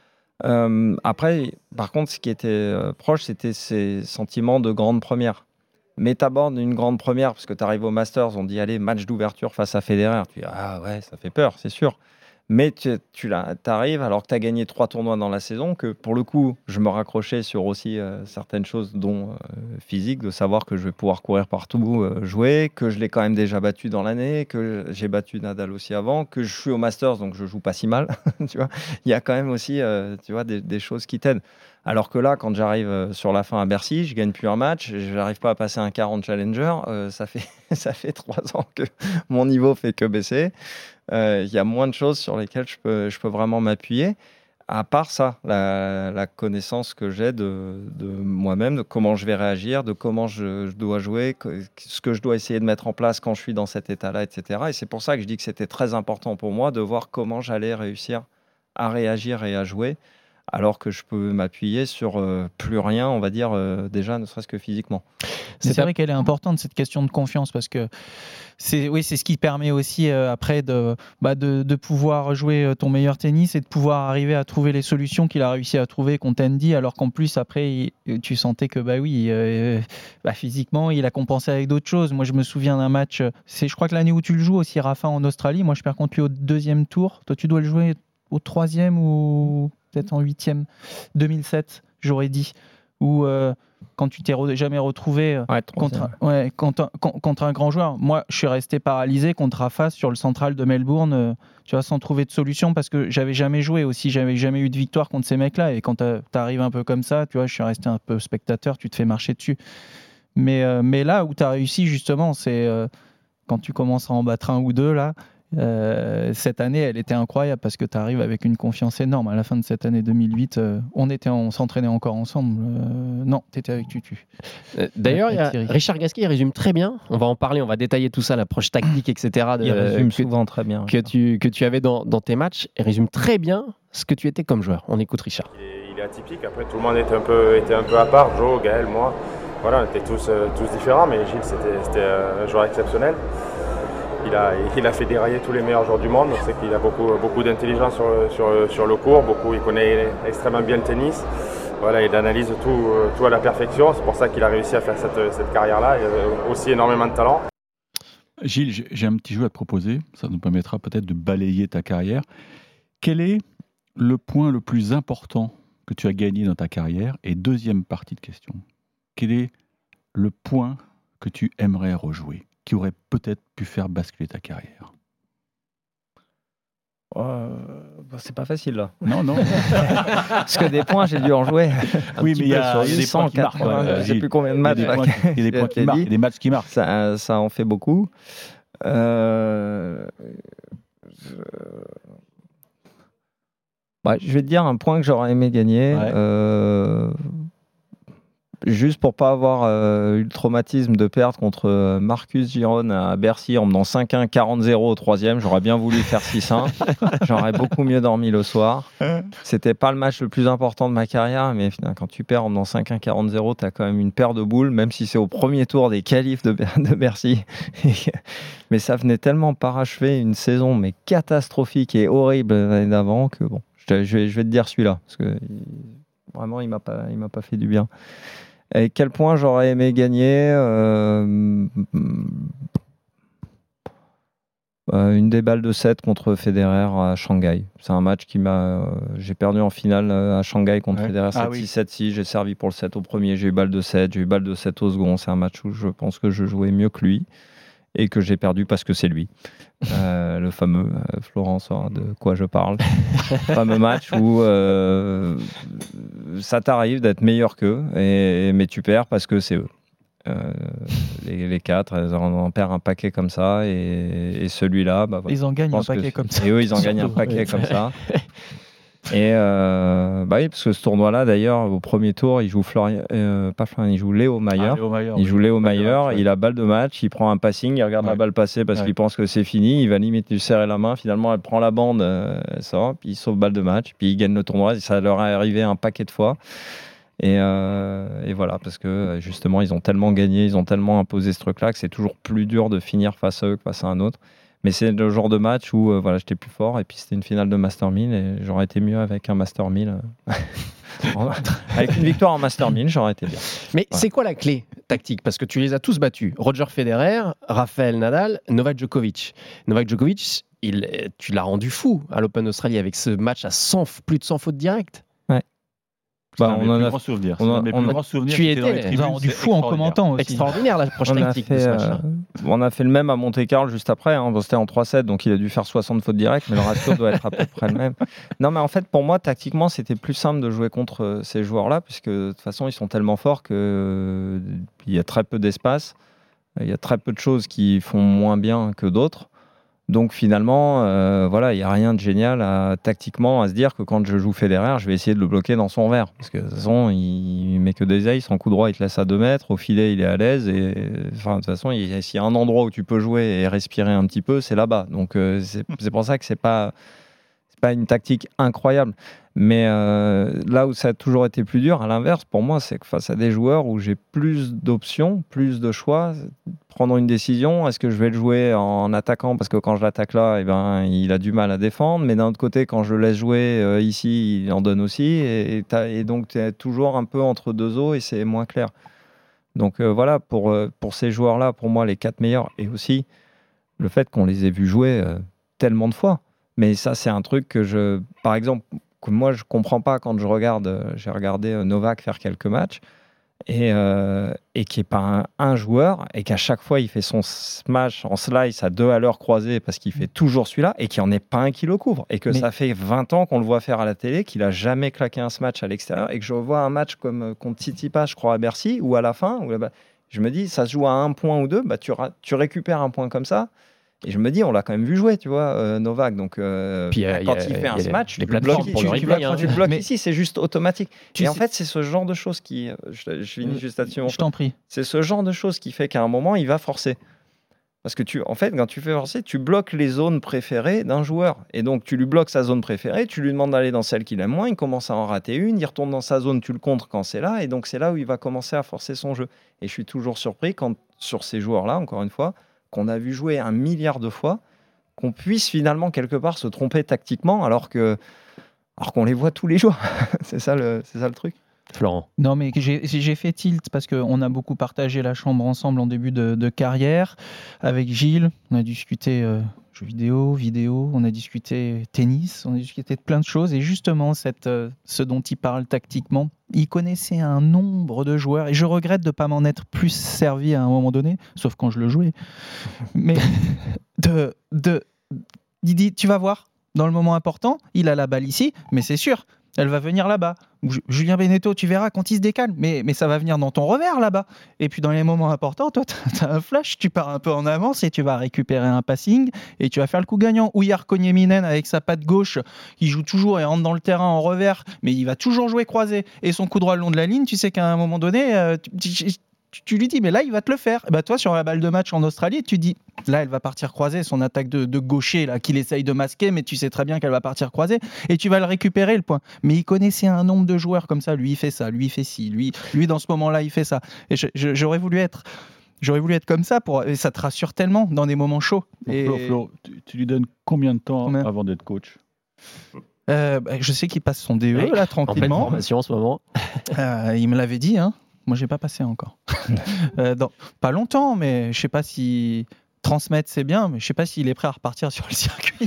Euh, après, par contre, ce qui était euh, proche, c'était ces sentiments de grande première. Mais tu abordes une grande première, parce que tu arrives au Masters, on dit, allez, match d'ouverture face à Federer. Tu dis, ah ouais, ça fait peur, c'est sûr. Mais tu, tu arrives alors que tu as gagné trois tournois dans la saison, que pour le coup, je me raccrochais sur aussi euh, certaines choses, dont euh, physique, de savoir que je vais pouvoir courir partout, euh, jouer, que je l'ai quand même déjà battu dans l'année, que j'ai battu Nadal aussi avant, que je suis au Masters, donc je joue pas si mal. Tu vois, il y a quand même aussi euh, tu vois, des, des choses qui t'aident. Alors que là, quand j'arrive sur la fin à Bercy, je gagne plus un match, je n'arrive pas à passer un quarante Challenger, euh, ça fait ça fait trois ans que mon niveau fait que baisser. Il euh, y a moins de choses sur lesquelles je peux, je peux vraiment m'appuyer. À part ça, la, la connaissance que j'ai de, de moi-même, de comment je vais réagir, de comment je, je dois jouer, que, ce que je dois essayer de mettre en place quand je suis dans cet état-là, et cetera. Et c'est pour ça que je dis que c'était très important pour moi de voir comment j'allais réussir à réagir et à jouer, alors que je peux m'appuyer sur euh, plus rien, on va dire, euh, déjà, ne serait-ce que physiquement. C'est, c'est vrai qu'elle est importante, cette question de confiance, parce que c'est, oui, c'est ce qui permet aussi euh, après de, bah de, de pouvoir jouer ton meilleur tennis et de pouvoir arriver à trouver les solutions qu'il a réussi à trouver contre Andy, alors qu'en plus, après, il, tu sentais que bah oui, euh, bah physiquement, il a compensé avec d'autres choses. Moi, je me souviens d'un match, c'est, je crois que l'année où tu le joues aussi, Rafa, en Australie, moi, je perds contre lui au deuxième tour. Toi, tu dois le jouer au troisième ou peut-être en huitième, deux mille sept, j'aurais dit, où euh, quand tu t'es re- jamais retrouvé euh, ouais, contre, ouais, contre, contre un grand joueur, moi je suis resté paralysé contre Rafa sur le central de Melbourne, euh, tu vois, sans trouver de solution, parce que j'avais jamais joué aussi, j'avais jamais eu de victoire contre ces mecs-là, et quand tu arrives un peu comme ça, tu vois, je suis resté un peu spectateur, tu te fais marcher dessus. Mais, euh, mais là où tu as réussi justement, c'est euh, quand tu commences à en battre un ou deux là. Euh, cette année, elle était incroyable parce que tu arrives avec une confiance énorme. À la fin de cette année deux mille huit, euh, on, était, on s'entraînait encore ensemble. Euh, non, tu étais avec Tutu. Euh, d'ailleurs, il y a Richard Gasquet, il résume très bien. On va en parler, on va détailler tout ça, l'approche tactique, et cetera. De, il résume que, souvent très bien. Que tu, que tu avais dans, dans tes matchs. Il résume très bien ce que tu étais comme joueur. On écoute Richard. Il est, il est atypique. Après, tout le monde était un peu, était un peu à part. Joe, Gaël, moi. Voilà, on était tous, euh, tous différents, mais Gilles, c'était, c'était euh, un joueur exceptionnel. Il a, il a fait dérailler tous les meilleurs joueurs du monde. On sait qu'il a beaucoup, beaucoup d'intelligence sur, sur, sur le court. Beaucoup, il connaît extrêmement bien le tennis. Voilà, il analyse tout, tout à la perfection. C'est pour ça qu'il a réussi à faire cette, cette carrière-là. Il a aussi énormément de talent. Gilles, j'ai un petit jeu à te proposer. Ça nous permettra peut-être de balayer ta carrière. Quel est le point le plus important que tu as gagné dans ta carrière? Et deuxième partie de question. Quel est le point que tu aimerais rejouer, qui aurait peut-être pu faire basculer ta carrière? euh, bah c'est pas facile là. Non, non. Parce que des points, j'ai dû en jouer. Oui, mais il y a, y a des points qui marquent. Je ne sais plus combien de matchs. Il y a des points, il y a des, points qui marquent, il y a des matchs qui marquent. Ça, ça en fait beaucoup. Euh, je... Ouais, je vais te dire un point que j'aurais aimé gagner. Ouais. Euh... Juste pour pas avoir euh, eu le traumatisme de perdre contre Marcus Giron à Bercy en menant cinq un, quarante zéro au troisième. J'aurais bien voulu faire six un. J'aurais beaucoup mieux dormi le soir. C'était pas le match le plus important de ma carrière, mais finalement, quand tu perds en menant cinq un, quarante zéro, t'as quand même une paire de boules, même si c'est au premier tour des qualifs de, de Bercy. Mais ça venait tellement parachever une saison mais catastrophique et horrible l'année d'avant que bon, je, je, vais, je vais te dire celui-là, parce que vraiment il m'a pas, il m'a pas fait du bien. Et quel point j'aurais aimé gagner euh, euh, une des balles de sept contre Federer à Shanghai. C'est un match qui m'a... Euh, j'ai perdu en finale à Shanghai contre ouais. Federer sept six, sept six. J'ai servi pour le sept au premier, j'ai eu balle de sept, j'ai eu balle de sept au second. C'est un match où je pense que je jouais mieux que lui et que j'ai perdu parce que c'est lui. Euh, le fameux euh, Florent saura de quoi je parle. Le fameux match où euh, ça t'arrive d'être meilleur qu'eux, et, mais tu perds parce que c'est eux. Euh, les, les quatre, on en perd un paquet comme ça, et, et celui-là, bah, voilà. Ils en gagnent un paquet comme ça. Et eux, ils en gagnent un paquet comme ça. Et euh, bah oui, parce que ce tournoi-là, d'ailleurs, au premier tour, il joue Florian, euh, pas Florian, il joue Léo Mayer. Ah, Léo Mayer il oui. joue Léo Mayer. Ouais. Il a balle de match, il prend un passing, il regarde ouais. la balle passer parce ouais. qu'il pense que c'est fini. Il va limite lui serrer la main. Finalement, elle prend la bande, euh, elle sort, puis il sauve balle de match, puis il gagne le tournoi. Ça leur est arrivé un paquet de fois. Et, euh, et voilà, parce que justement, ils ont tellement gagné, ils ont tellement imposé ce truc-là que c'est toujours plus dur de finir face à eux que face à un autre. Mais c'est le genre de match où euh, voilà, j'étais plus fort, et puis c'était une finale de Master mille, et j'aurais été mieux avec un Master mille. Avec une victoire en Master mille, j'aurais été bien. Mais voilà. C'est quoi la clé tactique? Parce que tu les as tous battus. Roger Federer, Rafael Nadal, Novak Djokovic. Novak Djokovic, il, tu l'as rendu fou à l'Open d'Australie avec ce match à cent, plus de cent fautes directes. Bah, on en a grand souvenir. On a, on on a, a grand souvenir tu étais tribunes, rendu fou en commentant aussi. Extraordinaire l'approche on tactique a fait, de ce match-là. euh, on a fait le même à Monte-Carlo juste après. Hein. Bon, c'était en trois sept, donc il a dû faire soixante fautes directes, mais le ratio doit être à peu près le même. Non, mais en fait, pour moi, tactiquement, c'était plus simple de jouer contre euh, ces joueurs-là, puisque de toute façon, ils sont tellement forts qu'il euh, y a très peu d'espace. Il y a très peu de choses qui font moins bien que d'autres. Donc finalement, euh, voilà, il n'y a rien de génial à, tactiquement à se dire que quand je joue Federer, je vais essayer de le bloquer dans son verre. Parce que de toute façon, il ne met que des ailes, son coup droit, il te laisse à deux mètres, au filet, il est à l'aise. Et enfin, de toute façon, s'il y a un endroit où tu peux jouer et respirer un petit peu, c'est là-bas. Donc euh, c'est, c'est pour ça que ce n'est pas, c'est pas une tactique incroyable. Mais euh, là où ça a toujours été plus dur, à l'inverse, pour moi, c'est que face à des joueurs où j'ai plus d'options, plus de choix, prendre une décision, est-ce que je vais le jouer en attaquant parce que quand je l'attaque là, eh ben, il a du mal à défendre, mais d'un autre côté, quand je le laisse jouer euh, ici, il en donne aussi, et, et, et donc tu es toujours un peu entre deux eaux et c'est moins clair. Donc euh, voilà, pour, euh, pour ces joueurs-là, pour moi, les quatre meilleurs, et aussi le fait qu'on les ait vus jouer euh, tellement de fois. Mais ça, c'est un truc que je... Par exemple, que moi, je ne comprends pas quand je regarde... Euh, j'ai regardé euh, Novak faire quelques matchs, et, euh, et qui n'est pas un, un joueur, et qu'à chaque fois, il fait son smash en slice à deux à l'heure croisée, parce qu'il fait toujours celui-là, et qu'il n'y en ait pas un qui le couvre. Et que Mais... ça fait vingt ans qu'on le voit faire à la télé, qu'il n'a jamais claqué un smash à l'extérieur, et que je vois un match comme contre Tsitsipas, je crois, à Bercy, où à la fin... Où, bah, je me dis, ça se joue à un point ou deux, bah, tu, ra- tu récupères un point comme ça. Et je me dis, on l'a quand même vu jouer, tu vois, euh, Novak. Donc, euh, Puis, euh, quand a, il fait un smash, tu le bloques, tu, tu, replay, hein. tu le bloques mais ici, c'est juste automatique. Et sais... en fait, c'est ce genre de choses qui... Je, je finis juste là-dessus. Je t'en prie. C'est ce genre de choses qui fait qu'à un moment, il va forcer. Parce que, tu, en fait, quand tu fais forcer, tu bloques les zones préférées d'un joueur. Et donc, tu lui bloques sa zone préférée, tu lui demandes d'aller dans celle qu'il aime moins, il commence à en rater une, il retourne dans sa zone, tu le contres quand c'est là, et donc c'est là où il va commencer à forcer son jeu. Et je suis toujours surpris, quand, sur ces joueurs-là, encore une fois, qu'on a vu jouer un milliard de fois, qu'on puisse finalement quelque part se tromper tactiquement alors que alors qu'on les voit tous les jours. c'est ça le c'est ça le truc. Florent. Non mais j'ai, j'ai fait tilt parce qu'on a beaucoup partagé la chambre ensemble en début de, de carrière avec Gilles. On a discuté euh, jeux vidéo, vidéo, on a discuté tennis, on a discuté de plein de choses et justement cette, euh, ce dont il parle tactiquement, il connaissait un nombre de joueurs et je regrette de ne pas m'en être plus servi à un moment donné, sauf quand je le jouais. Mais de, de, il dit, tu vas voir, dans le moment important, il a la balle ici, mais c'est sûr, elle va venir là-bas. Julien Beneteau, tu verras quand il se décale, mais, mais ça va venir dans ton revers là-bas. Et puis dans les moments importants, toi, tu as un flash, tu pars un peu en avance et tu vas récupérer un passing et tu vas faire le coup gagnant. Ou Jarko Nieminen avec sa patte gauche, il joue toujours et rentre dans le terrain en revers, mais il va toujours jouer croisé. Et son coup droit le long de la ligne, tu sais qu'à un moment donné, euh, tu, tu, tu lui dis, mais là, il va te le faire. Et bah, toi, sur la balle de match en Australie, tu dis, là, elle va partir croisée, son attaque de, de gaucher, là, qu'il essaye de masquer, mais tu sais très bien qu'elle va partir croisée, et tu vas le récupérer, le point. Mais il connaissait un nombre de joueurs comme ça, lui, il fait ça, lui, il fait ci, lui, lui dans ce moment-là, il fait ça. Et je, je, j'aurais voulu être... J'aurais voulu être comme ça, pour... et ça te rassure tellement dans des moments chauds. Et... Flo, Flo, tu, tu lui donnes combien de temps combien avant d'être coach? euh, bah, Je sais qu'il passe son D E, oui, là, tranquillement. En pleine formation en ce moment. euh, il me l'avait dit, hein. Moi, j'ai pas passé encore. euh, dans, pas longtemps, mais je sais pas si transmettre c'est bien, mais je sais pas s'il est prêt à repartir sur le circuit.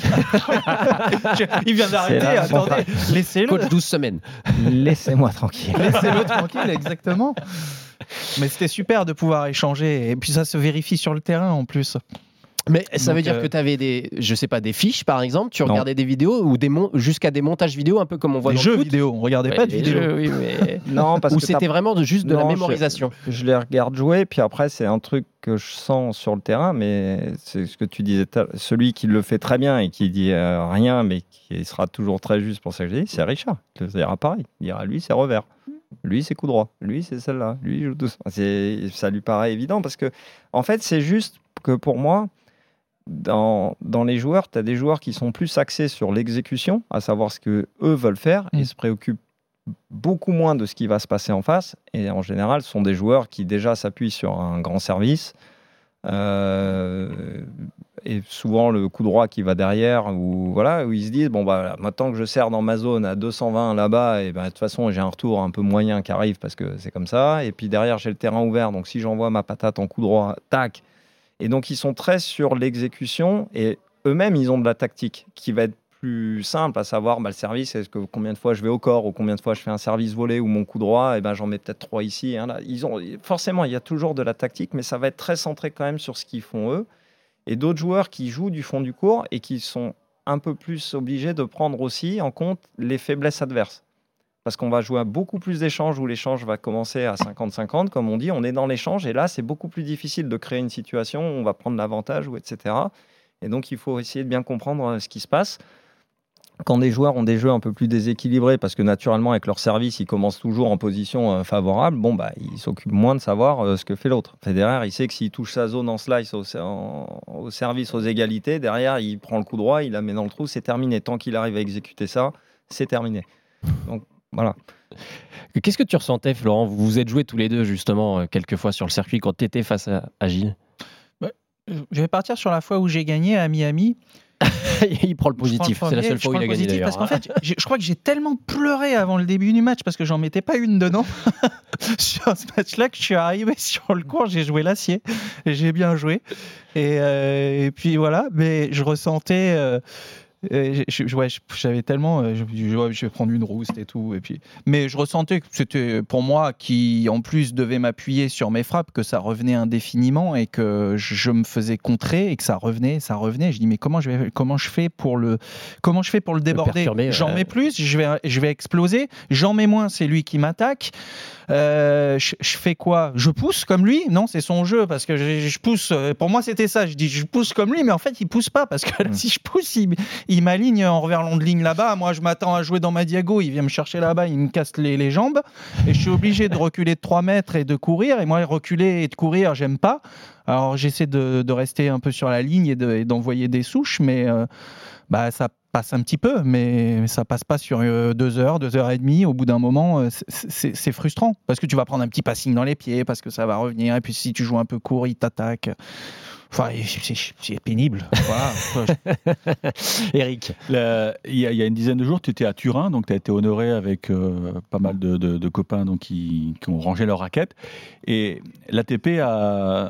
Il vient d'arrêter. Attendez, laissez-le. Coach douze semaines. Laissez-moi tranquille. Laissez-le tranquille, exactement. Mais c'était super de pouvoir échanger, et puis ça se vérifie sur le terrain en plus. Mais ça Donc, veut dire euh, que tu avais des, je sais pas, des fiches par exemple, tu Non. regardais des vidéos ou des mon- jusqu'à des montages vidéo un peu comme on voit des dans jeux le foot. vidéo, on regardait Ouais, pas de les vidéos. jeux, oui, mais... Non, parce Ou que c'était t'as- vraiment de, juste de la Non, je- mémorisation. Je les regarde jouer, puis après, c'est un truc que je sens sur le terrain, mais c'est ce que tu disais, tout à l'heure. Celui qui le fait très bien et qui dit euh, rien, mais qui sera toujours très juste pour ça que j'ai dit, c'est Richard. Il dira pareil. Il dira, lui, c'est revers. Lui, c'est coup droit. Lui, c'est celle-là. Lui, il joue tout ça. C'est- Ça lui paraît évident parce que, en fait, c'est juste que pour moi, dans, dans les joueurs, tu as des joueurs qui sont plus axés sur l'exécution, à savoir ce que eux veulent faire, et Mm. se préoccupent beaucoup moins de ce qui va se passer en face. Et en général, ce sont des joueurs qui déjà s'appuient sur un grand service. Euh, et souvent le coup droit qui va derrière, où, voilà, où ils se disent bon, bah, maintenant que je sers dans ma zone à deux cent vingt là-bas, et ben, de toute façon, j'ai un retour un peu moyen qui arrive parce que c'est comme ça. Et puis derrière, j'ai le terrain ouvert. Donc si j'envoie ma patate en coup droit, tac. Et donc, ils sont très sur l'exécution et eux-mêmes, ils ont de la tactique qui va être plus simple, à savoir bah, le service, est-ce que combien de fois je vais au corps ou combien de fois je fais un service volé ou mon coup droit, et ben, j'en mets peut-être trois ici. Hein, là. Ils ont, forcément, il y a toujours de la tactique, mais ça va être très centré quand même sur ce qu'ils font eux. Et d'autres joueurs qui jouent du fond du court et qui sont un peu plus obligés de prendre aussi en compte les faiblesses adverses. Parce qu'on va jouer à beaucoup plus d'échanges où l'échange va commencer à cinquante cinquante, comme on dit, on est dans l'échange et là c'est beaucoup plus difficile de créer une situation où on va prendre l'avantage, ou et cetera. Et donc il faut essayer de bien comprendre ce qui se passe. Quand des joueurs ont des jeux un peu plus déséquilibrés, parce que naturellement avec leur service ils commencent toujours en position euh, favorable, bon bah ils s'occupent moins de savoir euh, ce que fait l'autre. Federer, il sait que s'il touche sa zone en slice au, en, au service, aux égalités, derrière il prend le coup droit, il la met dans le trou, c'est terminé. Tant qu'il arrive à exécuter ça, c'est terminé. Donc voilà. Qu'est-ce que tu ressentais, Florent? Vous vous êtes joués tous les deux, justement, euh, quelques fois sur le circuit quand tu étais face à, à Gilles. Ouais, je vais partir sur la fois où j'ai gagné à Miami. Il prend le positif. C'est la seule fois où il a gagné, d'ailleurs. Parce qu'en fait, je crois que j'ai tellement pleuré avant le début du match parce que j'en mettais pas une dedans sur ce match-là que je suis arrivé sur le court, j'ai joué l'acier et j'ai bien joué. Et, euh, et puis voilà, mais je ressentais. Euh, Et je, je, ouais, j'avais tellement, je, je, ouais, je vais prendre une rouste et tout, et puis, mais je ressentais que c'était pour moi qui en plus devait m'appuyer sur mes frappes, que ça revenait indéfiniment et que je, je me faisais contrer et que ça revenait, ça revenait. Je dis mais comment je vais, comment je fais pour le, comment je fais pour le déborder? Le J'en ouais. mets plus, je vais, je vais exploser. J'en mets moins, c'est lui qui m'attaque. Euh, je, je fais quoi? Je pousse comme lui? Non, c'est son jeu parce que je, je pousse. Pour moi, c'était ça. Je dis je pousse comme lui, mais en fait, il pousse pas parce que là, si je pousse, il, il m'aligne en revers long de ligne là-bas. Moi, je m'attends à jouer dans ma diago. Il vient me chercher là-bas, il me casse les, les jambes et je suis obligé de reculer de trois mètres et de courir. Et moi, reculer et de courir, j'aime pas. Alors, j'essaie de, de rester un peu sur la ligne et, de, et d'envoyer des souches, mais euh, bah, ça passe un petit peu, mais ça passe pas sur euh, deux heures, deux heures et demie. Au bout d'un moment, euh, c'est, c'est, c'est frustrant parce que tu vas prendre un petit passing dans les pieds parce que ça va revenir. Et puis si tu joues un peu court, il t'attaque. Enfin, c'est, c'est pénible. Voilà. Eric, il y, y a une dizaine de jours, tu étais à Turin, donc tu as été honoré avec euh, pas mal de, de, de copains donc, qui, qui ont rangé leurs raquettes. Et l'A T P a,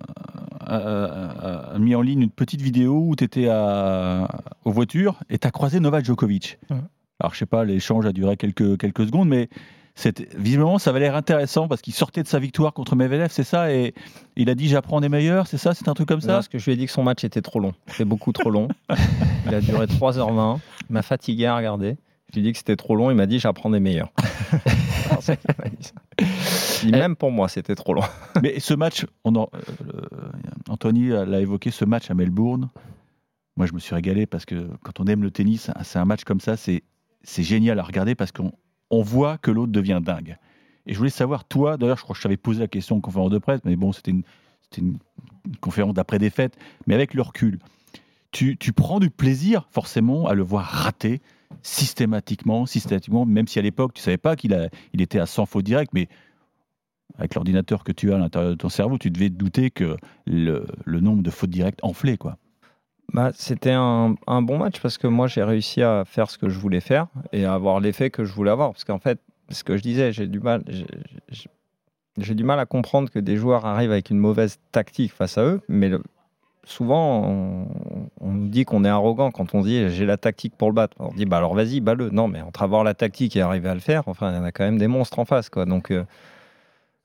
a, a, a mis en ligne une petite vidéo où tu étais à, aux voitures et tu as croisé Novak Djokovic. Ouais. Alors, je sais pas, l'échange a duré quelques, quelques secondes, mais c'était, visiblement, ça avait l'air intéressant parce qu'il sortait de sa victoire contre Medvedev, c'est ça, et il a dit j'apprends des meilleurs, c'est ça, c'est un truc comme ça. Non, parce que je lui ai dit que son match était trop long, c'était beaucoup trop long. Il a duré trois heures vingt, il m'a fatigué à regarder. Je lui ai dit que c'était trop long, il m'a dit j'apprends des meilleurs. Alors, c'est qu'il m'a dit ça. Il dit, même pour moi, c'était trop long. Mais ce match, on en, euh, Anthony l'a évoqué, ce match à Melbourne. Moi, je me suis régalé parce que quand on aime le tennis, c'est un match comme ça, c'est, c'est génial à regarder parce qu'on on voit que l'autre devient dingue. Et je voulais savoir, toi, d'ailleurs, je crois que je t'avais posé la question en conférence de presse, mais bon, c'était une, c'était une, une conférence d'après-défaite, mais avec le recul, tu, tu prends du plaisir, forcément, à le voir rater systématiquement, systématiquement, même si à l'époque, tu ne savais pas qu'il a, il était à cent fautes directes, mais avec l'ordinateur que tu as à l'intérieur de ton cerveau, tu devais te douter que le, le nombre de fautes directes enflait, quoi. Bah, c'était un, un bon match parce que moi j'ai réussi à faire ce que je voulais faire et à avoir l'effet que je voulais avoir, parce qu'en fait ce que je disais, j'ai du mal j'ai, j'ai, j'ai du mal à comprendre que des joueurs arrivent avec une mauvaise tactique face à eux, mais le, souvent on, on nous dit qu'on est arrogant quand on dit j'ai la tactique pour le battre. On dit bah alors vas-y, bats-le. Non, mais entre avoir la tactique et arriver à le faire, enfin il y en a quand même des monstres en face, quoi. Donc euh,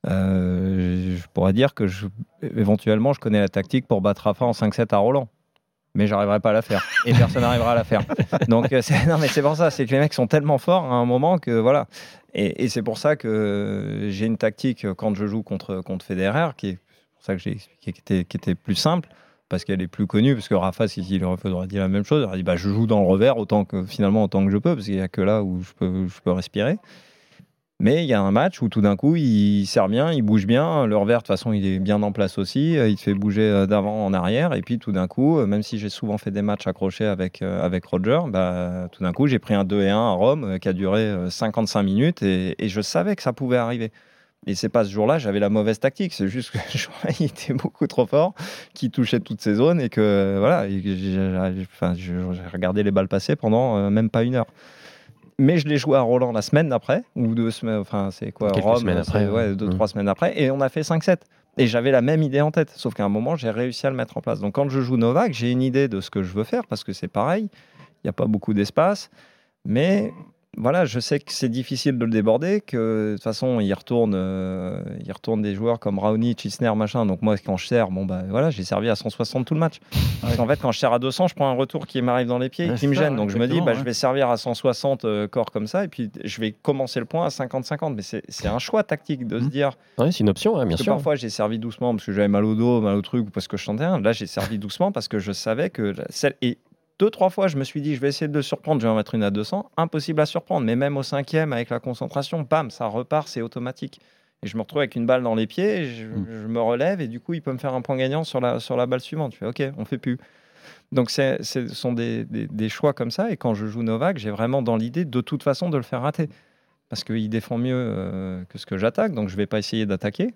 euh, je pourrais dire que je, éventuellement, je connais la tactique pour battre Rafa en cinq sept à Roland. Mais j'arriverai pas à la faire. Et personne n'arrivera à la faire. Donc, euh, c'est, non, mais c'est pour ça. C'est que les mecs sont tellement forts à un moment que voilà. Et, et c'est pour ça que j'ai une tactique quand je joue contre, contre Federer, qui est pour ça que j'ai expliqué, qui était, qui était plus simple, parce qu'elle est plus connue. Parce que Rafa, s'il si, si, aurait dit la même chose, il aurait dit bah, je joue dans le revers autant que, finalement autant que je peux, parce qu'il n'y a que là où je peux, je peux respirer. Mais il y a un match où tout d'un coup, il sert bien, il bouge bien. Le revers, de toute façon, il est bien en place aussi. Il te fait bouger d'avant en arrière. Et puis tout d'un coup, même si j'ai souvent fait des matchs accrochés avec, avec Roger, bah, tout d'un coup, j'ai pris un deux et un à Rome qui a duré cinquante-cinq minutes. Et, et je savais que ça pouvait arriver. Et c'est pas ce jour-là, j'avais la mauvaise tactique. C'est juste que ce jour-là, il était beaucoup trop fort, qu'il touchait toutes ses zones. Et que voilà, et que j'ai, enfin, j'ai regardé les balles passer pendant euh, même pas une heure. Mais je l'ai joué à Roland la semaine d'après, ou deux semaines, enfin c'est quoi, Quelques Rome, semaines après, ouais, deux, mmh. trois semaines après, et on a fait cinq sept. Et j'avais la même idée en tête, sauf qu'à un moment, j'ai réussi à le mettre en place. Donc quand je joue Novak, j'ai une idée de ce que je veux faire, parce que c'est pareil, il n'y a pas beaucoup d'espace, mais voilà, je sais que c'est difficile de le déborder, que de toute façon, il retourne, euh, il retourne des joueurs comme Raonic, Isner, machin. Donc moi, quand je sers, bon bah voilà, j'ai servi à cent soixante tout le match. Parce qu'en fait, quand je sers à deux cents, je prends un retour qui m'arrive dans les pieds, et qui me gêne. Donc je me dis, bah, ouais. je vais servir à cent soixante euh, corps comme ça, et puis je vais commencer le point à cinquante cinquante. Mais c'est, c'est un choix tactique de mmh. se dire. Oui, c'est une option, hein, bien parce sûr. Que parfois, j'ai servi doucement parce que j'avais mal au dos, mal au truc, ou parce que je sentais rien. Là, j'ai servi doucement parce que je savais que celle et deux, trois fois, je me suis dit, je vais essayer de le surprendre, je vais en mettre une à deux cents. Impossible à surprendre, mais même au cinquième, avec la concentration, bam, ça repart, c'est automatique. Et je me retrouve avec une balle dans les pieds, je, mmh. je me relève, et du coup, il peut me faire un point gagnant sur la, sur la balle suivante. Je fais, OK, on fait plus. Donc, c'est, c'est, ce sont des, des, des choix comme ça, et quand je joue Novak, j'ai vraiment dans l'idée, de toute façon, de le faire rater. Parce qu'il défend mieux euh, que ce que j'attaque, donc je ne vais pas essayer d'attaquer.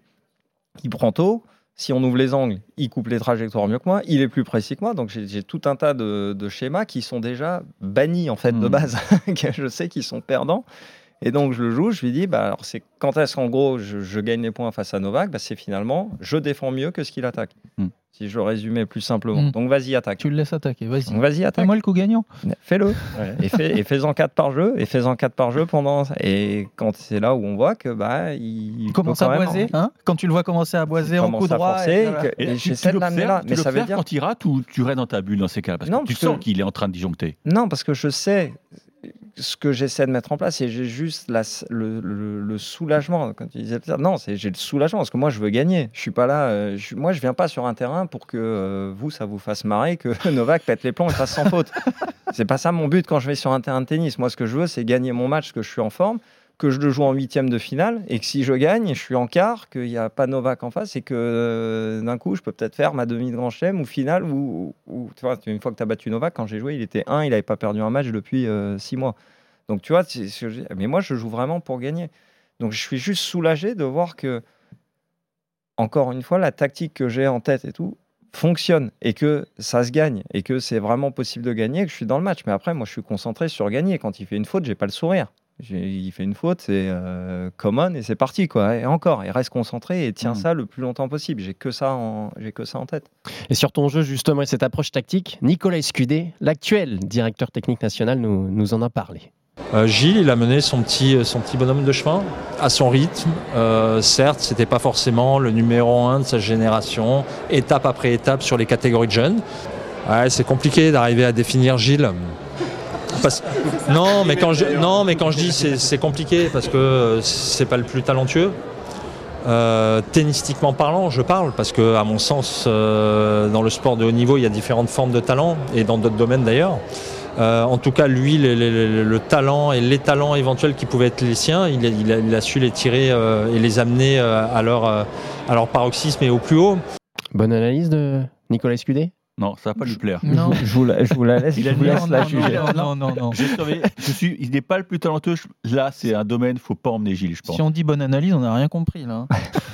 Il prend tôt. Si on ouvre les angles, il coupe les trajectoires mieux que moi, il est plus précis que moi, donc j'ai, j'ai tout un tas de, de schémas qui sont déjà bannis en fait mmh. de base, que je sais qu'ils sont perdants, et donc je le joue, je lui dis, bah, alors c'est quand est-ce qu'en gros je, je gagne les points face à Novak, bah, c'est finalement, je défends mieux que ce qu'il attaque, mmh. si je résumais plus simplement, mmh. donc vas-y attaque. Tu le laisses attaquer, vas-y. Donc, vas-y attaque. Fais-moi le coup gagnant. Fais-le, ouais. et, fais, et fais-en quatre par jeu, et fais-en quatre par jeu pendant, et quand c'est là où on voit que bah, il, il commence à boiser, hein quand tu le vois commencer à boiser en coup droit, forcer, et, et, que, et, et j'essaie de l'amener là, mais ça veut dire quand il rate ou tu restes dans ta bulle dans ces cas-là, parce non, que tu parce sens que... qu'il est en train de disjoncter. Non, parce que je sais ce que j'essaie de mettre en place, et j'ai juste la, le, le, le soulagement. Quand tu disais non, c'est, j'ai le soulagement parce que moi je veux gagner. Je suis pas là. Euh, je, moi je viens pas sur un terrain pour que euh, vous ça vous fasse marrer, que Novak pète les plombs et fasse sans faute. C'est pas ça mon but quand je vais sur un terrain de tennis. Moi ce que je veux c'est gagner mon match, que je suis en forme, que je le joue en huitième de finale, et que si je gagne, je suis en quart, qu'il n'y a pas Novak en face, et que euh, d'un coup je peux peut-être faire ma demi de Grand Chelem ou finale, ou, ou tu vois, une fois que tu as battu Novak, quand j'ai joué il était un, il n'avait pas perdu un match depuis euh, six mois. Donc tu vois, c'est, c'est, mais moi je joue vraiment pour gagner. Donc je suis juste soulagé de voir que, encore une fois, la tactique que j'ai en tête et tout fonctionne, et que ça se gagne, et que c'est vraiment possible de gagner, et que je suis dans le match. Mais après, moi je suis concentré sur gagner. Quand il fait une faute, j'ai pas le sourire. J'ai, il fait une faute, c'est euh, common, et c'est parti, quoi. Et encore, il reste concentré et tient mmh. ça le plus longtemps possible. J'ai que ça en, j'ai que ça en tête. Et sur ton jeu, justement, et cette approche tactique, Nicolas Escudé, l'actuel directeur technique national, nous, nous en a parlé. Euh, Gilles, il a mené son petit, son petit bonhomme de chemin à son rythme. Euh, certes, c'était pas forcément le numéro un de sa génération, étape après étape sur les catégories de jeunes. Ouais, c'est compliqué d'arriver à définir Gilles. Parce... Non, mais quand je, non, mais quand je dis c'est, c'est compliqué parce que c'est pas le plus talentueux. Euh, tennistiquement parlant, je parle parce que, à mon sens, euh, dans le sport de haut niveau, il y a différentes formes de talent, et dans d'autres domaines d'ailleurs. Euh, en tout cas, lui, le, le, le talent et les talents éventuels qui pouvaient être les siens, il a, il a, il a su les tirer euh, et les amener euh, à, leur, euh, à leur paroxysme et au plus haut. Bonne analyse de Nicolas Escudé ? Non, ça va pas lui plaire. Non. Je, vous la, je vous la laisse, il je vous laisse la juger. Non, non, non. J'ai surveillé, je suis, il n'est pas le plus talentueux. Là, c'est un domaine, il ne faut pas emmener Gilles, je pense. Si on dit bonne analyse, on n'a rien compris, là.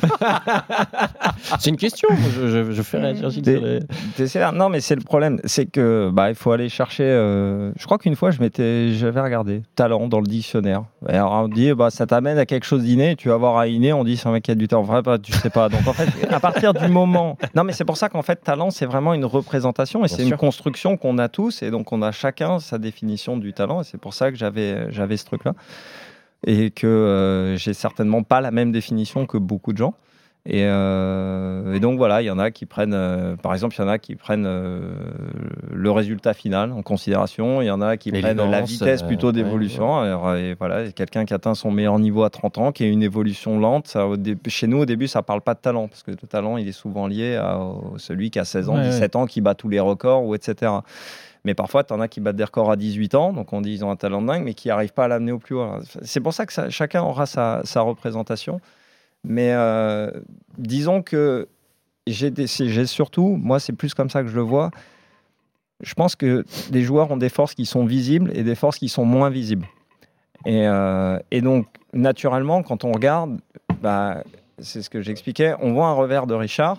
C'est une question. Je, je, je fais réagir Gilles. Des, les... Non, mais c'est le problème. C'est que bah, il faut aller chercher. Euh... Je crois qu'une fois, je m'étais, j'avais regardé talent dans le dictionnaire. Et alors, on dit, bah, ça t'amène à quelque chose d'inné. Tu vas voir à inné, on dit, c'est un mec qui a du talent. Enfin, bah, tu sais pas. Donc, en fait, à partir du moment. Non, mais c'est pour ça qu'en fait, talent, c'est vraiment une représentation. Et Bien c'est sûr. Une construction qu'on a tous, et donc on a chacun sa définition du talent, et c'est pour ça que j'avais, j'avais ce truc-là. et que euh, j'ai certainement pas la même définition que beaucoup de gens. Et, euh, et donc voilà, il y en a qui prennent, euh, par exemple, il y en a qui prennent euh, le résultat final en considération, il y en a qui prennent la vitesse euh, plutôt d'évolution. Ouais, ouais. Alors, et voilà, quelqu'un qui atteint son meilleur niveau à trente ans, qui a une évolution lente. Ça, au dé- chez nous, au début, ça parle pas de talent, parce que le talent, il est souvent lié à, à celui qui a seize ans, ouais, dix-sept ouais. ans, qui bat tous les records, ou et cetera. Mais parfois, tu en as qui battent des records à dix-huit ans, donc on dit qu'ils ont un talent de dingue, mais qui n'arrivent pas à l'amener au plus haut. C'est pour ça que ça, chacun aura sa, sa représentation. Mais euh, disons que j'ai, des, j'ai surtout, moi c'est plus comme ça que je le vois, je pense que les joueurs ont des forces qui sont visibles et des forces qui sont moins visibles. Et, euh, et donc, naturellement, quand on regarde, bah, c'est ce que j'expliquais, on voit un revers de Richard,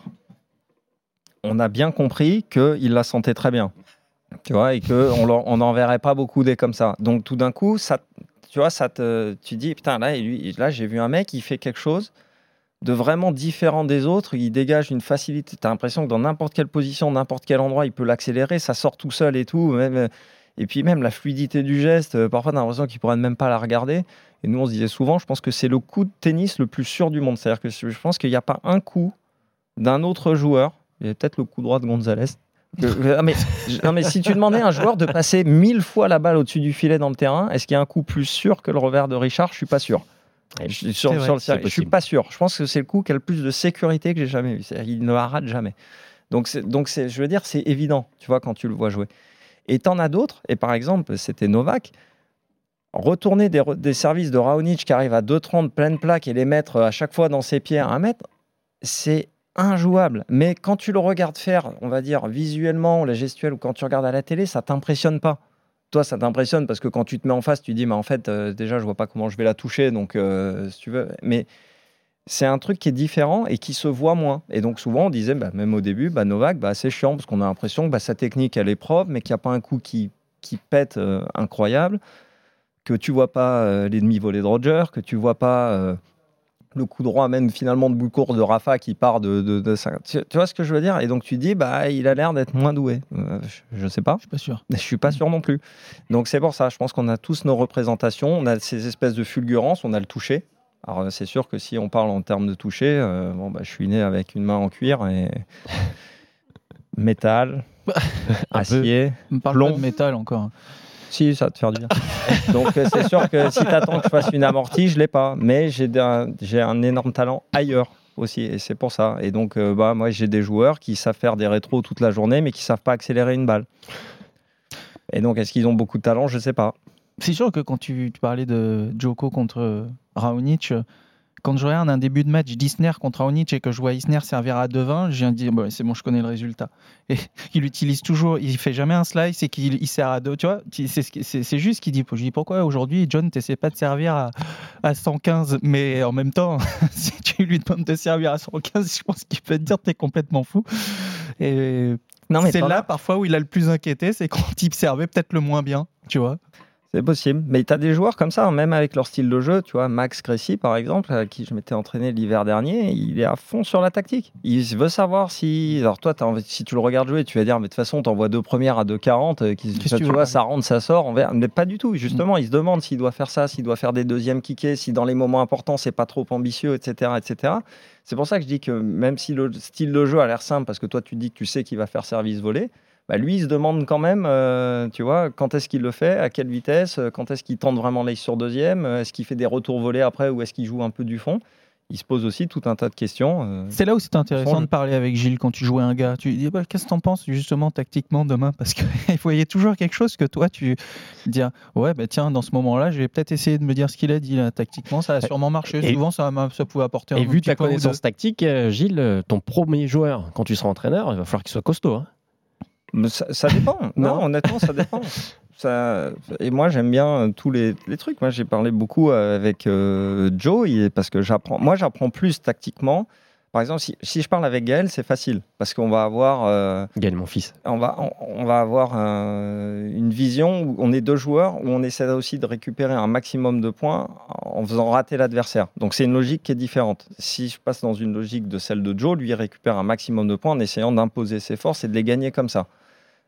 on a bien compris qu'il la sentait très bien. Tu vois, et qu'on n'en verrait pas beaucoup des comme ça. Donc tout d'un coup, ça, tu vois, ça te, tu dis, putain, là, lui, là, j'ai vu un mec, il fait quelque chose de vraiment différent des autres, il dégage une facilité. Tu as l'impression que dans n'importe quelle position, n'importe quel endroit, il peut l'accélérer, ça sort tout seul et tout. Même, et puis même la fluidité du geste, parfois tu as l'impression qu'il ne pourrait même pas la regarder. Et nous, on se disait souvent, je pense que c'est le coup de tennis le plus sûr du monde. C'est-à-dire que je pense qu'il n'y a pas un coup d'un autre joueur, il y a peut-être le coup droit de Gonzalez. Que, non, mais, non mais si tu demandais à un joueur de passer mille fois la balle au-dessus du filet dans le terrain, est-ce qu'il y a un coup plus sûr que le revers de Richard ? Je suis pas sûr. Je suis sur, vrai, sur le circuit, je suis pas sûr. Je pense que c'est le coup qui a le plus de sécurité que j'ai jamais vu. C'est-à-dire, il ne la rate jamais. Donc, c'est, donc c'est, je veux dire, c'est évident, tu vois, quand tu le vois jouer. Et t'en as d'autres. Et par exemple, c'était Novak. Retourner des, des services de Raonic qui arrivent à deux trente pleine plaque et les mettre à chaque fois dans ses pieds à un mètre, c'est injouable. Mais quand tu le regardes faire, on va dire visuellement, la gestuelle, ou quand tu regardes à la télé, ça t'impressionne pas. Toi, ça t'impressionne parce que quand tu te mets en face, tu dis, mais en fait, euh, déjà, je vois pas comment je vais la toucher, donc euh, si tu veux. Mais c'est un truc qui est différent et qui se voit moins. Et donc, souvent, on disait, bah, même au début, bah, Novak, bah, c'est chiant parce qu'on a l'impression que bah, sa technique, elle est propre, mais qu'il n'y a pas un coup qui, qui pète euh, incroyable, que tu vois pas euh, les demi-volées de Roger, que tu vois pas euh, le coup droit, même finalement de bout court de Rafa qui part de, de, de ça. Tu, tu vois ce que je veux dire ? Et donc tu dis, bah, il a l'air d'être moins doué. Euh, je, je sais pas. Je suis pas sûr. Je suis pas sûr non plus. Donc c'est pour ça, je pense qu'on a tous nos représentations, on a ces espèces de fulgurances, on a le toucher. Alors c'est sûr que si on parle en termes de toucher, euh, bon, bah, je suis né avec une main en cuir et métal, acier, on parle plomb. Pas de métal encore. Si, ça va te faire du bien. Donc, euh, c'est sûr que si tu attends que je fasse une amortie, je ne l'ai pas. Mais j'ai, un, j'ai un énorme talent ailleurs aussi. Et c'est pour ça. Et donc, euh, bah, moi, j'ai des joueurs qui savent faire des rétros toute la journée, mais qui ne savent pas accélérer une balle. Et donc, est-ce qu'ils ont beaucoup de talent ? Je ne sais pas. C'est sûr que quand tu, tu parlais de Djoko contre Raonic, quand je regarde un début de match d'Isner contre Raonic et que je vois Isner servir à deux vingt, je viens de dire bon, c'est bon, je connais le résultat. Et il utilise toujours, il fait jamais un slice et qu'il il sert à deux, tu vois. C'est, c'est, c'est juste qu'il dit, je dis pourquoi aujourd'hui John t'essaies pas de servir à, à cent quinze, mais en même temps si tu lui demandes de servir à cent quinze, je pense qu'il peut te dire t'es complètement fou. Et non, mais c'est là parfois où il a le plus inquiété, c'est quand il servait peut-être le moins bien, tu vois. C'est possible, mais tu as des joueurs comme ça, même avec leur style de jeu. Tu vois, Max Cressy, par exemple, à qui je m'étais entraîné l'hiver dernier, il est à fond sur la tactique. Il veut savoir si... Alors toi, t'as envie... si tu le regardes jouer, tu vas dire, mais de toute façon, t'envoies deux premières à deux quarante, qui... tu, tu vois, ça rentre, ça sort. Envers... Mais pas du tout, justement. Mmh. Il se demande s'il doit faire ça, s'il doit faire des deuxièmes kickés, si dans les moments importants, c'est pas trop ambitieux, et cetera, et cetera. C'est pour ça que je dis que même si le style de jeu a l'air simple, parce que toi, tu dis que tu sais qu'il va faire service volé, bah lui, il se demande quand même, euh, tu vois, quand est-ce qu'il le fait, à quelle vitesse, quand est-ce qu'il tente vraiment l'ace sur deuxième, est-ce qu'il fait des retours volés après ou est-ce qu'il joue un peu du fond ? Il se pose aussi tout un tas de questions. Euh, c'est là où c'est intéressant de parler avec Gilles quand tu jouais un gars. Tu lui dis, bah, qu'est-ce que t'en penses justement tactiquement demain ? Parce qu'il voyait toujours quelque chose que toi, tu dis, ouais, bah, tiens, dans ce moment-là, je vais peut-être essayer de me dire ce qu'il a dit là. Tactiquement, ça a sûrement marché. Et Souvent, ça, ça pouvait apporter un Et petit vu ta peu connaissance tactique, Gilles, ton premier joueur, quand tu seras entraîneur, il va falloir qu'il soit costaud. Hein. Ça, ça dépend. non, honnêtement, ça dépend. Ça... Et moi, j'aime bien tous les, les trucs. Moi, j'ai parlé beaucoup avec euh, Joe parce que j'apprends. Moi, j'apprends plus tactiquement. Par exemple, si, si je parle avec Gaël, c'est facile parce qu'on va avoir. Euh, Gaël, mon fils. On va, on, on va avoir un, une vision où on est deux joueurs où on essaie aussi de récupérer un maximum de points en faisant rater l'adversaire. Donc, c'est une logique qui est différente. Si je passe dans une logique de celle de Joe, lui il récupère un maximum de points en essayant d'imposer ses forces et de les gagner comme ça.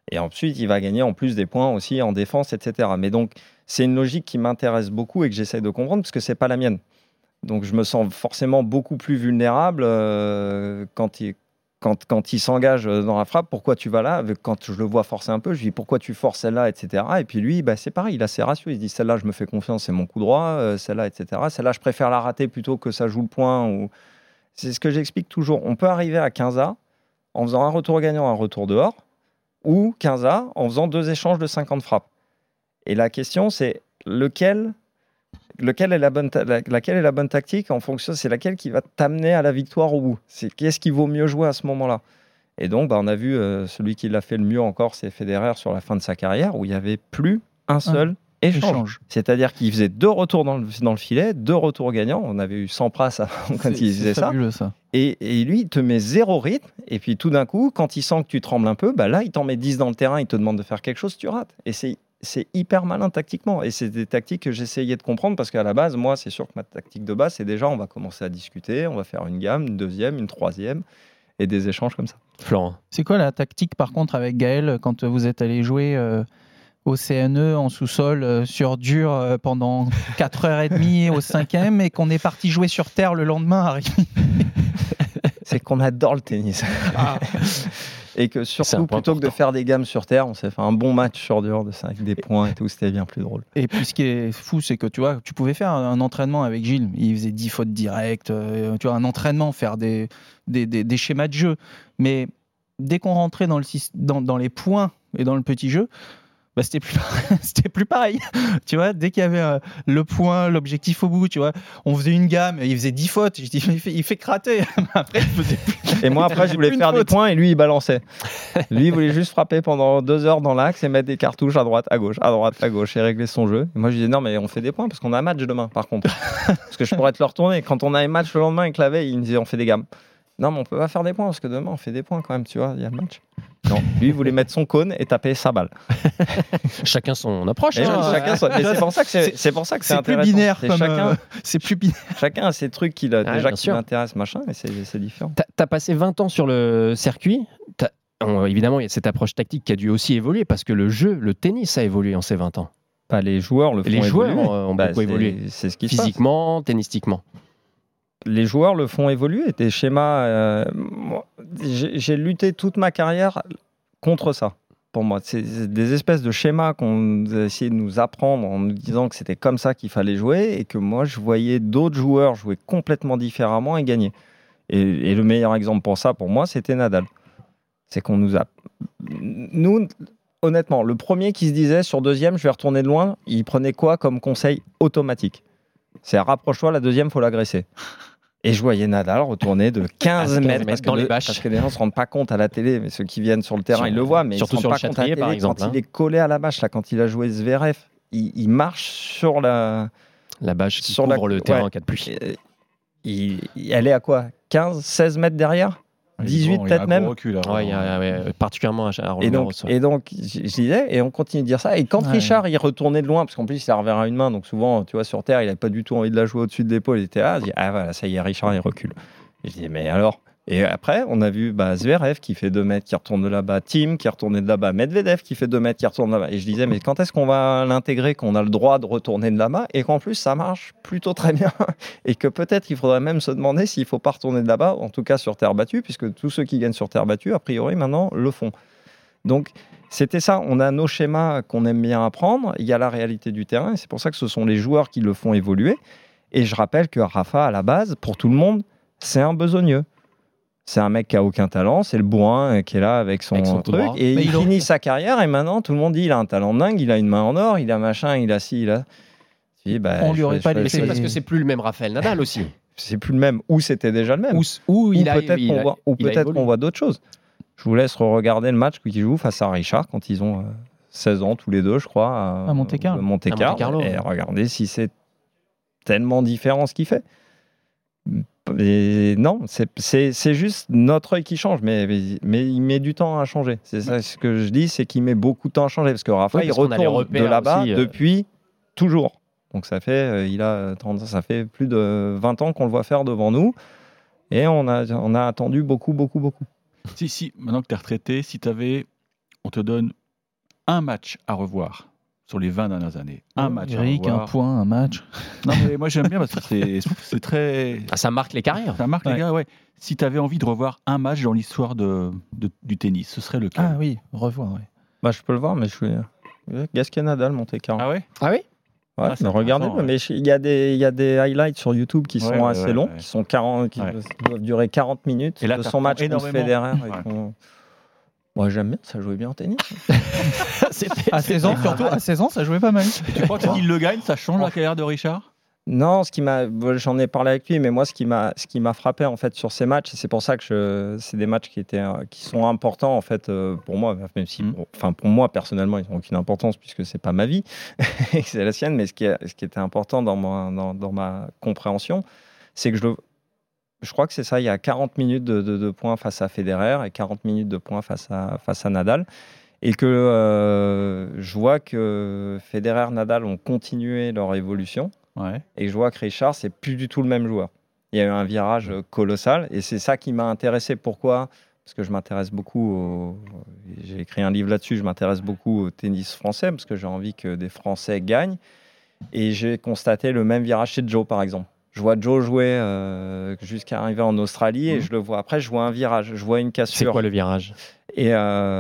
Et ensuite, il va gagner en plus des points aussi en défense, et cetera. Mais donc, c'est une logique qui m'intéresse beaucoup et que j'essaye de comprendre parce que c'est pas la mienne. Donc, je me sens forcément beaucoup plus vulnérable euh, quand il Quand, quand il s'engage dans la frappe, pourquoi tu vas là ? Quand je le vois forcer un peu, je lui dis pourquoi tu forces celle-là, et cetera. Et puis lui, bah, c'est pareil, il a ses ratios. Il se dit celle-là, je me fais confiance, c'est mon coup droit, euh, celle-là, et cetera. Celle-là, je préfère la rater plutôt que ça joue le point. Ou... C'est ce que j'explique toujours. On peut arriver à quinze A en faisant un retour gagnant, un retour dehors, ou quinze A en faisant deux échanges de cinquante frappes. Et la question, c'est lequel. Lequel est la bonne ta- laquelle est la bonne tactique en fonction, c'est laquelle qui va t'amener à la victoire au bout. C'est qu'est-ce qui vaut mieux jouer à ce moment-là. Et donc, bah, on a vu euh, celui qui l'a fait le mieux encore, c'est Federer sur la fin de sa carrière, où il n'y avait plus un seul ah, échange. échange. C'est-à-dire qu'il faisait deux retours dans le, dans le filet, deux retours gagnants. On avait eu Sampras quand c'est, il faisait ça. ça. Et, et lui, il te met zéro rythme. Et puis tout d'un coup, quand il sent que tu trembles un peu, bah là, il t'en met dix dans le terrain, il te demande de faire quelque chose, tu rates. Et c'est C'est hyper malin tactiquement et c'est des tactiques que j'essayais de comprendre parce qu'à la base, moi, c'est sûr que ma tactique de base, c'est déjà on va commencer à discuter, on va faire une gamme, une deuxième, une troisième et des échanges comme ça. Florent. C'est quoi la tactique par contre avec Gaël quand vous êtes allé jouer euh, au C N E en sous-sol euh, sur dur euh, pendant quatre heures trente au cinquième et qu'on est parti jouer sur terre le lendemain à Rémi? C'est qu'on adore le tennis. Ah. Et que surtout, plutôt que de faire des gammes sur terre, on s'est fait un bon match sur dur de ça, avec des points et tout, c'était bien plus drôle. Et puis ce qui est fou, c'est que tu vois, tu pouvais faire un entraînement avec Gilles, il faisait dix fautes directes, euh, tu vois, un entraînement, faire des, des, des, des schémas de jeu. Mais dès qu'on rentrait dans, le, dans, dans les points et dans le petit jeu, bah, c'était plus c'était plus pareil. Tu vois, dès qu'il y avait euh, le point, l'objectif au bout, tu vois, on faisait une gamme, il faisait dix fautes, je dis il fait, il fait crater. Après, il faisait plus... Et moi après, je voulais faire des points et lui il balançait. Lui il voulait juste frapper pendant deux heures dans l'axe et mettre des cartouches à droite, à gauche, à droite, à gauche et régler son jeu. Et moi je disais non mais on fait des points parce qu'on a un match demain par contre. Parce que je pourrais te le retourner. Quand on a un match le lendemain avec la veille, il me disait on fait des gammes. Non mais on peut pas faire des points parce que demain on fait des points quand même, tu vois, il y a le match. Non, lui il voulait mettre son cône et taper sa balle. Chacun son approche. Hein, hein. chacun son... Mais c'est pour ça que c'est, c'est, c'est, pour ça que c'est, c'est intéressant. Plus binaire, c'est comme chacun, euh, c'est plus binaire. Chacun a ses trucs qui, ah, déjà qui l'intéressent, machin, et c'est, c'est différent. T'as, t'as passé vingt ans sur le circuit. On, évidemment, il y a cette approche tactique qui a dû aussi évoluer parce que le jeu, le tennis a évolué en ces vingt ans. Bah, les joueurs le font les évoluer. Les joueurs ont, ont bah, beaucoup c'est, évolué. C'est ce qui Physiquement, tennistiquement. Les joueurs le font évoluer. Des schémas. Euh, moi, j'ai, j'ai lutté toute ma carrière contre ça. Pour moi, c'est, c'est des espèces de schémas qu'on a essayé de nous apprendre en nous disant que c'était comme ça qu'il fallait jouer et que moi, je voyais d'autres joueurs jouer complètement différemment et gagner. Et, et le meilleur exemple pour ça, pour moi, c'était Nadal. C'est qu'on nous a. Nous, honnêtement, le premier qui se disait sur deuxième, je vais retourner de loin, il prenait quoi comme conseil automatique ? C'est rapproche-toi, la deuxième, il faut l'agresser. Et je voyais Nadal retourner de quinze mètres parce que, le, parce que les gens ne se rendent pas compte à la télé, mais ceux qui viennent sur le terrain, sur, ils le voient, mais surtout ils ne se rendent sur pas compte à la télé par exemple, quand hein. il est collé à la bâche, là, quand il a joué Zverev, il, il marche sur la... La bâche qui sur couvre la, le terrain ouais, en cas de pluie. Il, il, elle est à quoi ? quinze, seize mètres derrière ? dix-huit bon, peut-être même. Recul, ouais, il y a, ouais, particulièrement à Roland et donc, Garros. Ouais. Et donc, je disais, et on continue de dire ça. Et quand ouais. Richard, il retournait de loin, parce qu'en plus, il servait à une main, donc souvent, tu vois, sur terre, il n'avait pas du tout envie de la jouer au-dessus de l'épaule. Il était là, je dis, ah voilà, ça y est, Richard, il recule. Et je dis, mais alors ? Et après, on a vu bah, Zverev qui fait deux mètres, qui retourne de là-bas, Thiem qui retourne de là-bas, Medvedev qui fait deux mètres, qui retourne de là-bas. Et je disais, mais quand est-ce qu'on va l'intégrer, qu'on a le droit de retourner de là-bas et qu'en plus, ça marche plutôt très bien et que peut-être il faudrait même se demander s'il ne faut pas retourner de là-bas, en tout cas sur terre battue, puisque tous ceux qui gagnent sur terre battue, a priori, maintenant, le font. Donc, c'était ça. On a nos schémas qu'on aime bien apprendre. Il y a la réalité du terrain et c'est pour ça que ce sont les joueurs qui le font évoluer. Et je rappelle que Rafa, à la base, pour tout le monde, c'est un besogneux. C'est un mec qui a aucun talent, c'est le bourrin qui est là avec son, avec son truc. Et mais il, il finit sa carrière et maintenant tout le monde dit il a un talent dingue, il a une main en or, il a machin, il a ci, il a. Dis, bah, on lui aurait pas laissé. Mais c'est parce que c'est plus le même Raphaël Nadal aussi. C'est plus le même, ou c'était déjà le même. Ou, ou, il ou a, peut-être, il qu'on, a, voit, ou il peut-être qu'on voit d'autres choses. Je vous laisse regarder le match qu'ils jouent face à Richard quand ils ont euh, seize ans tous les deux, je crois, à, à Monte-Carlo. Monte-Carlo. Et regardez si c'est tellement différent ce qu'il fait. Et non, c'est, c'est, c'est juste notre œil qui change, mais, mais, mais il met du temps à changer. C'est ça ce que je dis, c'est qu'il met beaucoup de temps à changer, parce que Rafa, oui, parce il retourne de là-bas aussi, euh... depuis toujours. Donc ça fait, euh, il a, ça fait plus de vingt ans qu'on le voit faire devant nous, et on a, on a attendu beaucoup, beaucoup, beaucoup. Si, si, maintenant que tu es retraité, si tu avais, on te donne un match à revoir sur les vingt dernières années. Un oh, match Eric, à revoir. un point, un match. Non, mais moi j'aime bien parce que c'est, c'est très. Ah, ça marque les carrières. Ça marque ouais. les gars, ouais. Si tu avais envie de revoir un match dans l'histoire de, de, du tennis, ce serait lequel? Ah oui, revoir, oui. Bah, je peux le voir, mais je suis. Gasquet-Nadal, Monte-Carlo. Ah ouais? Ah oui? Ouais, Ah, c'est mais regardez-le, intéressant, mais il y, a des- il y a des highlights sur YouTube qui sont Ouais, ouais, assez ouais, longs, ouais. qui, sont quarante, qui Ouais. doivent durer quarante minutes. Et là, de t'apprends son match contre énormément. Federer. et Ouais. qu'on- Moi, j'aime bien, ça jouait bien au tennis. À seize ans, surtout, à seize ans, ça jouait pas mal. Et tu crois que s'il le gagne, ça change la carrière de Richard? Non, ce qui m'a, bon, j'en ai parlé avec lui, mais moi, ce qui m'a, ce qui m'a frappé en fait sur ces matchs, et c'est pour ça que je, c'est des matchs qui étaient, euh, qui sont importants en fait euh, pour moi, même si, Mm. pour, enfin pour moi personnellement, ils n'ont aucune importance puisque c'est pas ma vie, et que c'est la sienne. Mais ce qui, est, ce qui était important dans ma, dans, dans ma compréhension, c'est que je, le- je crois que c'est ça. Il y a quarante minutes de, de, de points face à Federer et quarante minutes de points face à, face à Nadal. Et que euh, je vois que Federer, Nadal ont continué leur évolution. Ouais. Et je vois que Richard, c'est plus du tout le même joueur. Il y a eu un virage colossal et c'est ça qui m'a intéressé. Pourquoi ? Parce que je m'intéresse beaucoup au... J'ai écrit un livre là-dessus, je m'intéresse beaucoup au tennis français parce que j'ai envie que des Français gagnent. Et j'ai constaté le même virage chez Joe, par exemple. Je vois Joe jouer euh, jusqu'à arriver en Australie et Mmh. je le vois. Après, je vois un virage, je vois une cassure. C'est quoi le virage? Et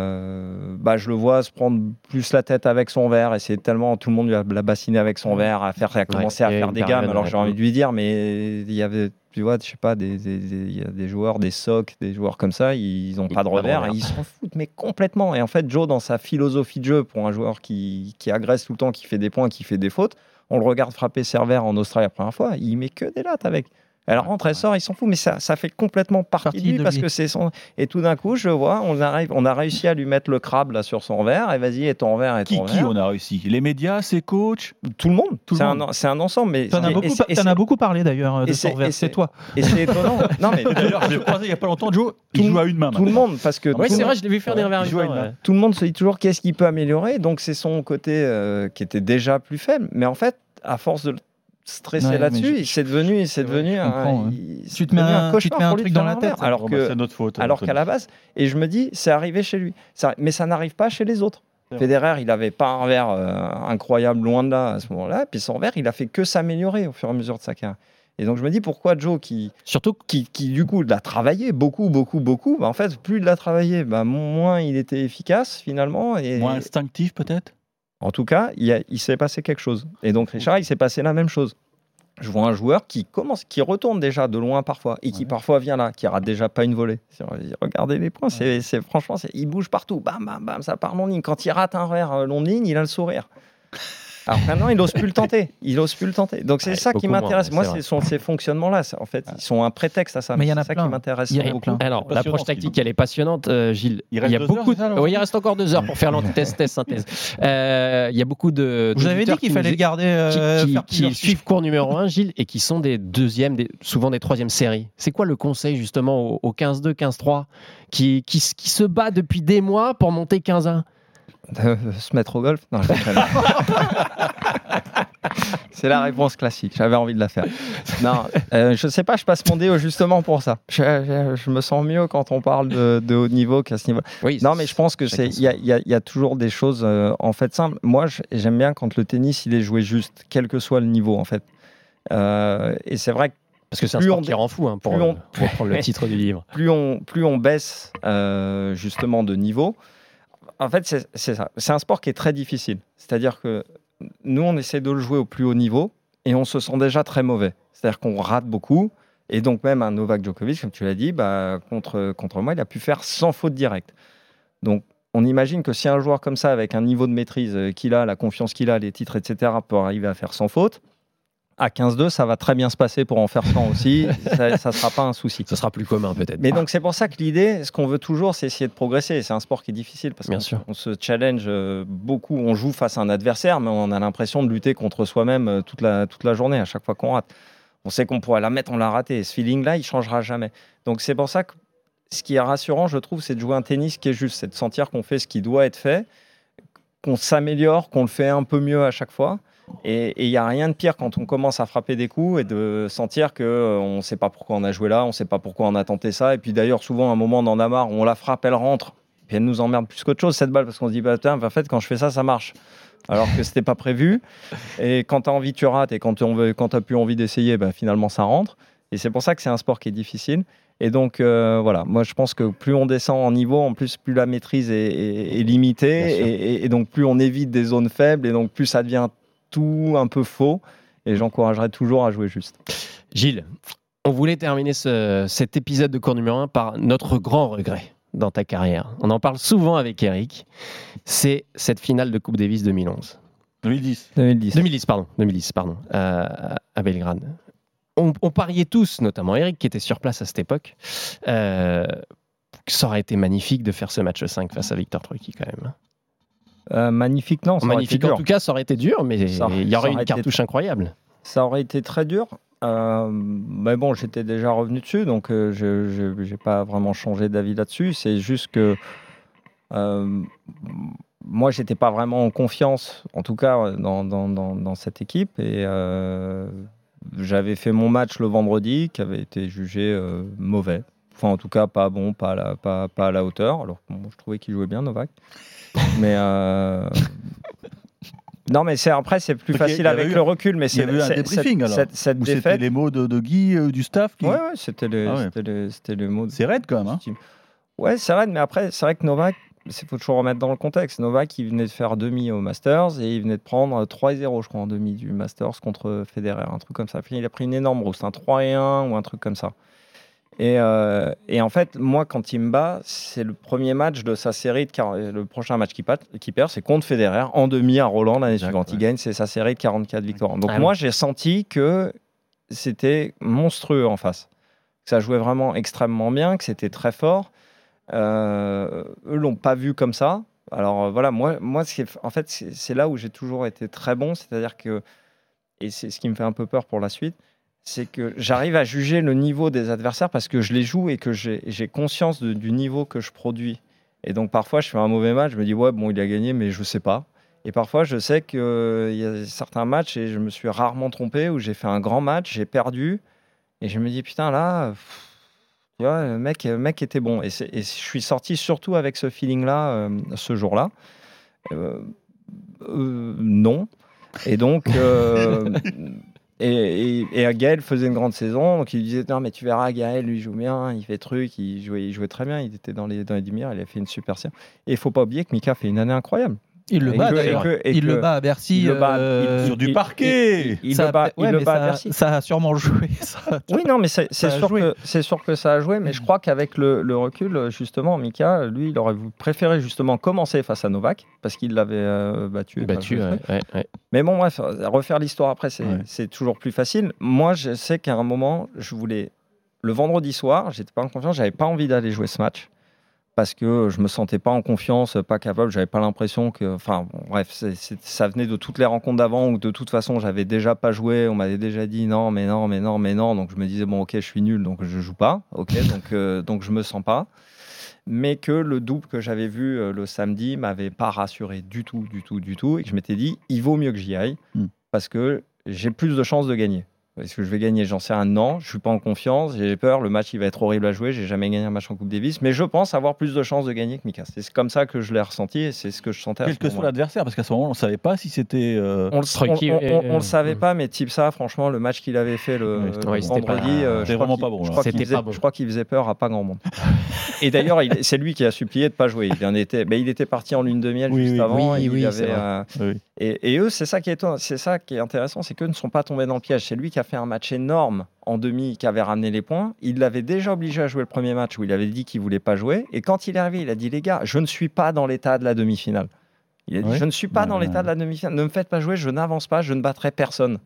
euh, bah, je le vois se prendre plus la tête avec son verre. Et c'est tellement tout le monde lui a la bassiné avec son verre, à faire, à commencer Ouais, il y à a faire une des période, gammes. Alors ouais. j'ai envie de lui dire, mais il y avait, tu vois, je sais pas, des, des, des, il y a des joueurs, des socs, des joueurs comme ça, ils n'ont pas de pas de revers, revers. et ils s'en foutent, mais complètement. Et en fait, Joe, dans sa philosophie de jeu, pour un joueur qui, qui agresse tout le temps, qui fait des points, qui fait des fautes, on le regarde frapper Server en Australie la première fois, il met que des lattes avec. Elle rentre, elle sort, il s'en fout, mais ça, ça fait complètement partie, Partie de lui de parce lui. que c'est son. Et tout d'un coup, je vois, on arrive, on a réussi à lui mettre le crabe là sur son verre. Et vas-y, et ton verre, et Qui, ton qui verre. on a réussi? Les médias, ses coachs? Tout le monde. Tout le C'est un, monde. c'est un ensemble. Mais T'en as et- beaucoup, et c'est- et t'en c'est- as beaucoup parlé d'ailleurs de et son c'est- verre, et c'est c'est- toi. Et c'est étonnant. Non mais D'ailleurs, je l'ai croisé il n'y a pas longtemps, Joe, il Tout- joue à une main. tout le monde, parce que Ouais, tout, c'est le vrai, monde, je l'ai vu faire des revers à il une joue à main, une main. ouais. tout le monde se dit toujours qu'est-ce qu'il peut améliorer. Donc c'est son côté euh, qui était déjà plus faible. Mais en fait, à force de le stresser Ouais, mais là-dessus, je- c'est devenu, c'est devenu je un, comprends, hein. il- Tu te c'est mets devenu un- tu te cauchemar mets un pour lui truc de dans faire la un tête. revers. Alors Bon, bah, que c'est notre faute. Alors Anthony. qu'à la base, et je me dis, c'est arrivé chez lui. Ça- mais ça n'arrive pas chez les autres. Federer, il n'avait pas un verre euh, incroyable, loin de là, à ce moment-là. Puis son verre, il a fait que s'améliorer au fur et à mesure de sa carrière. Et donc je me dis, pourquoi Joe, qui, Surtout qui, qui du coup l'a travaillé beaucoup, beaucoup, beaucoup, bah, en fait, plus il l'a travaillé, bah, moins il était efficace finalement. Et, Moins instinctif peut-être? en tout cas, il, y a- il s'est passé quelque chose. Et donc Richard, il s'est passé la même chose. Je vois un joueur qui commence, qui retourne déjà de loin parfois, et qui parfois vient là, qui rate déjà pas une volée. C'est- Regardez les points, c'est, c'est franchement, c'est, il bouge partout, bam, bam, bam, ça part long ligne. Quand il rate un verre euh, long ligne, il a le sourire. Alors maintenant, il n'ose plus le tenter. Il n'ose plus le tenter. Donc c'est Ouais, ça qui beaucoup moins, m'intéresse. c'est Moi, vrai. c'est sont ces fonctionnements-là. C'est- En fait, ils sont un prétexte à ça. Mais il y en a c'est ça plein. qui m'intéresse Il y en a beaucoup. plein. Alors, Passionnant, l'approche ce tactique, qu'il elle est passionnante, euh, Gilles. Il reste y a deux beaucoup. heures, c'est ça, de... alors Oui, il reste encore deux heures pour faire l'antithèse, test, synthèse. Euh, Il y a beaucoup de. Vous avez dit d'auditeurs qu'il qui fallait nous- le garder, euh, qui, qui- faire qui plusieurs suivent cours numéro un, Gilles, et qui sont des deuxièmes, des, souvent des troisièmes séries. C'est quoi le conseil justement au, au quinze deux, quinze trois, qui, qui, s- qui se bat depuis des mois pour monter quinze un? Euh, se mettre au golf. Non, je déconne. C'est la réponse classique. J'avais envie de la faire. Non, euh, je sais pas. Je passe mon déo justement pour ça. Je, je- je me sens mieux quand on parle de, de haut niveau qu'à ce niveau. Oui, Non, mais je pense que chacun c'est. Il y a, il y a- il y a toujours des choses euh, en fait simples. Moi, je- j'aime bien quand le tennis il est joué juste, quel que soit le niveau en fait. Euh, et c'est vrai que Parce que c'est un plus sport on- qui rend fou, hein, pour, plus on- pour prendre le titre du livre. plus on, plus on baisse euh, justement de niveau, en fait, c'est c'est ça. C'est un sport qui est très difficile. C'est-à-dire que nous, on essaie de le jouer au plus haut niveau et on se sent déjà très mauvais. C'est-à-dire qu'on rate beaucoup. Et donc, même un Novak Djokovic, comme tu l'as dit, bah, contre, contre moi, il a pu faire sans faute directe. Donc, on imagine que si un joueur comme ça, avec un niveau de maîtrise euh, qu'il a, la confiance qu'il a, les titres, et cetera, peut arriver à faire sans faute, à quinze deux, ça va très bien se passer pour en faire cent aussi. Ça ne sera pas un souci. Ce sera plus commun peut-être. Mais donc c'est pour ça que l'idée, ce qu'on veut toujours, c'est essayer de progresser. Et c'est un sport qui est difficile parce Bien qu'on sûr. on se challenge euh, beaucoup. On joue face à un adversaire, mais on a l'impression de lutter contre soi-même euh, toute la, toute la journée, à chaque fois qu'on rate. On sait qu'on pourrait la mettre, on l'a raté. Et ce feeling-là, il ne changera jamais. Donc c'est pour ça que ce qui est rassurant, je trouve, c'est de jouer un tennis qui est juste. C'est de sentir qu'on fait ce qui doit être fait, qu'on s'améliore, qu'on le fait un peu mieux à chaque fois. Et il n'y a rien de pire quand on commence à frapper des coups et de sentir qu'on euh, ne sait pas pourquoi on a joué là, on ne sait pas pourquoi on a tenté ça. Et puis d'ailleurs, souvent, à un moment, on en a marre, on la frappe, elle rentre. Puis elle nous emmerde plus qu'autre chose, cette balle, parce qu'on se dit, bah, en fait, quand je fais ça, ça marche. Alors que c'était pas prévu. Et quand tu as envie, tu rates. Et quand tu n'as plus envie d'essayer, bah, finalement, ça rentre. Et c'est pour ça que c'est un sport qui est difficile. Et donc, euh, voilà, moi, je pense que plus on descend en niveau, en plus, plus la maîtrise est, est, est limitée. Et, et, et donc, plus on évite des zones faibles. Et donc, plus ça devient tout un peu faux. Et j'encouragerais toujours à jouer juste. Gilles, on voulait terminer ce, cet épisode de cours numéro un par notre grand regret dans ta carrière. On en parle souvent avec Eric. C'est cette finale de Coupe Davis deux mille onze. deux mille dix. deux mille dix. deux mille dix, pardon. deux mille dix, pardon. Euh, à Belgrade. On, on pariait tous, notamment Eric, qui était sur place à cette époque, euh, que ça aurait été magnifique de faire ce match cinq face à Victor Troicki quand même. Euh, magnifique, non. Ça magnifique, en tout cas, ça aurait été dur, mais ça, il y aurait une été cartouche tr- incroyable. Ça aurait été très dur. Euh, mais bon, j'étais déjà revenu dessus, donc euh, je n'ai pas vraiment changé d'avis là-dessus. C'est juste que euh, moi, j'étais pas vraiment en confiance, en tout cas, dans, dans, dans, dans cette équipe. Et euh, j'avais fait mon match le vendredi, qui avait été jugé euh, mauvais. Enfin, en tout cas, pas bon, pas à la, pas, pas à la hauteur. Alors, bon, je trouvais qu'il jouait bien, Novak. Mais... Euh, Non, mais c'est, après, c'est plus okay, facile avec eu, le recul. Mais c'est, il y avait eu un débriefing, alors cette, cette où défaite... c'était les mots de, de Guy, euh, du staff qui... Oui, ouais, c'était, les, ah ouais. c'était, les, c'était les mots... De... C'est raide, quand même. Hein. Ouais, c'est raide, mais après, c'est vrai que Novak, il faut toujours remettre dans le contexte. Novak, il venait de faire demi au Masters et il venait de prendre trois zéro, je crois, en demi du Masters contre Federer, un truc comme ça. Puis il a pris une énorme rousse, un trois et un ou un truc comme ça. Et, euh, et en fait, moi, quand il me bat, c'est le premier match de sa série. De quar... Le prochain match qu'il, pat... qu'il perd, c'est contre Federer, en demi à Roland l'année suivante. Ouais. Il gagne, c'est sa série de quarante-quatre victoires. Donc ah, moi, oui. j'ai senti que c'était monstrueux en face. Que ça jouait vraiment extrêmement bien, que c'était très fort. Euh, eux l'ont pas vu comme ça. Alors euh, voilà, moi, moi c'est, en fait, c'est, c'est là où j'ai toujours été très bon. C'est-à-dire que, et c'est ce qui me fait un peu peur pour la suite, c'est que j'arrive à juger le niveau des adversaires parce que je les joue et que j'ai, j'ai conscience de, du niveau que je produis. Et donc parfois, je fais un mauvais match, je me dis ouais, bon, il a gagné, mais je sais pas. Et parfois, je sais qu'il euh, y a certains matchs et je me suis rarement trompé où j'ai fait un grand match, j'ai perdu et je me dis putain là, pff, tu vois, le mec, le mec était bon. Et, c'est, et je suis sorti surtout avec ce feeling-là euh, ce jour-là. Euh, euh, non. Et donc. Euh, Et, et, et Gaël faisait une grande saison, donc il disait non mais tu verras, Gaël lui joue bien, il fait truc, il jouait, il jouait très bien, il était dans les dans les dix meilleurs, il a fait une super série. Et il faut pas oublier que Mika fait une année incroyable. Il le bat d'ailleurs. Que, il que, le bat à Bercy. Il le bat euh, il, sur du parquet. Il, il, il ça, le bat, ouais, il le bat ça, à Bercy. Ça a sûrement joué. Ça, oui, non, mais c'est, c'est, sûr que, c'est sûr que ça a joué. Mais je crois qu'avec le, le recul, justement, Mika, lui, il aurait préféré justement commencer face à Novak parce qu'il l'avait euh, battu. Battu, ouais, ouais, ouais. Mais bon, bref, refaire l'histoire après, c'est, ouais. c'est toujours plus facile. Moi, je sais qu'à un moment, je voulais. Le vendredi soir, j'étais pas en confiance, j'avais pas envie d'aller jouer ce match. Parce que je me sentais pas en confiance, pas capable, j'avais pas l'impression que... Enfin, bon, bref, c'est, c'est, ça venait de toutes les rencontres d'avant où de toute façon, j'avais déjà pas joué, on m'avait déjà dit non, mais non, mais non, mais non, donc je me disais, bon, ok, je suis nul, donc je joue pas, ok, donc, euh, donc je me sens pas. Mais que le double que j'avais vu euh, le samedi m'avait pas rassuré du tout, du tout, du tout, et que je m'étais dit, il vaut mieux que j'y aille, mm. parce que j'ai plus de chances de gagner. Est-ce que je vais gagner ? J'en sais rien. Non, je suis pas en confiance. J'ai peur. Le match, il va être horrible à jouer. J'ai jamais gagné un match en Coupe Davis, mais je pense avoir plus de chances de gagner que Mika. C'est comme ça que je l'ai ressenti et c'est ce que je sentais. Quel que soit l'adversaire, parce qu'à ce moment, on ne savait pas si c'était. Euh... On le, on, on, on, on le savait pas, mais Tipsa, franchement, le match qu'il avait fait le, ouais, le vendredi, pas... euh, c'était vraiment pas bon. Je crois, qu'il faisait, bon. je crois qu'il faisait peur à pas grand monde. Et d'ailleurs, il, c'est lui qui a supplié de pas jouer. Il en était, ben, il était parti en lune de miel oui, juste oui, avant. Oui, et oui, il avait, euh, oui. et, et eux, c'est ça qui est, c'est ça qui est intéressant, c'est qu'eux ne sont pas tombés dans le piège. C'est lui qui a fait un match énorme en demi, qui avait ramené les points. Il l'avait déjà obligé à jouer le premier match où il avait dit qu'il ne voulait pas jouer. Et quand il est arrivé, il a dit, les gars, je ne suis pas dans l'état de la demi-finale. Il a dit, ouais. je ne suis pas ouais, dans ouais. l'état de la demi-finale. Ne me faites pas jouer, je n'avance pas, je ne battrai personne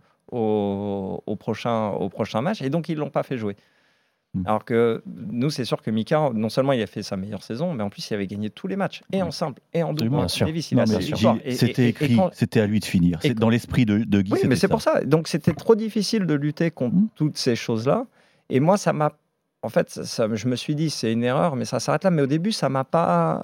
au, au, prochain, au prochain match. Et donc, ils ne l'ont pas fait jouer. Mmh. Alors que nous, c'est sûr que Mika, non seulement il a fait sa meilleure saison, mais en plus, il avait gagné tous les matchs, et en simple, et en double. Davis, il non, a mais Gilles, et, c'était et, écrit, et quand... c'était à lui de finir. C'est dans l'esprit de, de Guy. Oui, mais c'est ça. Pour ça. Donc, c'était trop difficile de lutter contre mmh. toutes ces choses-là. Et moi, ça m'a... En fait, ça, je me suis dit, c'est une erreur, mais ça s'arrête là. Mais au début, ça m'a pas...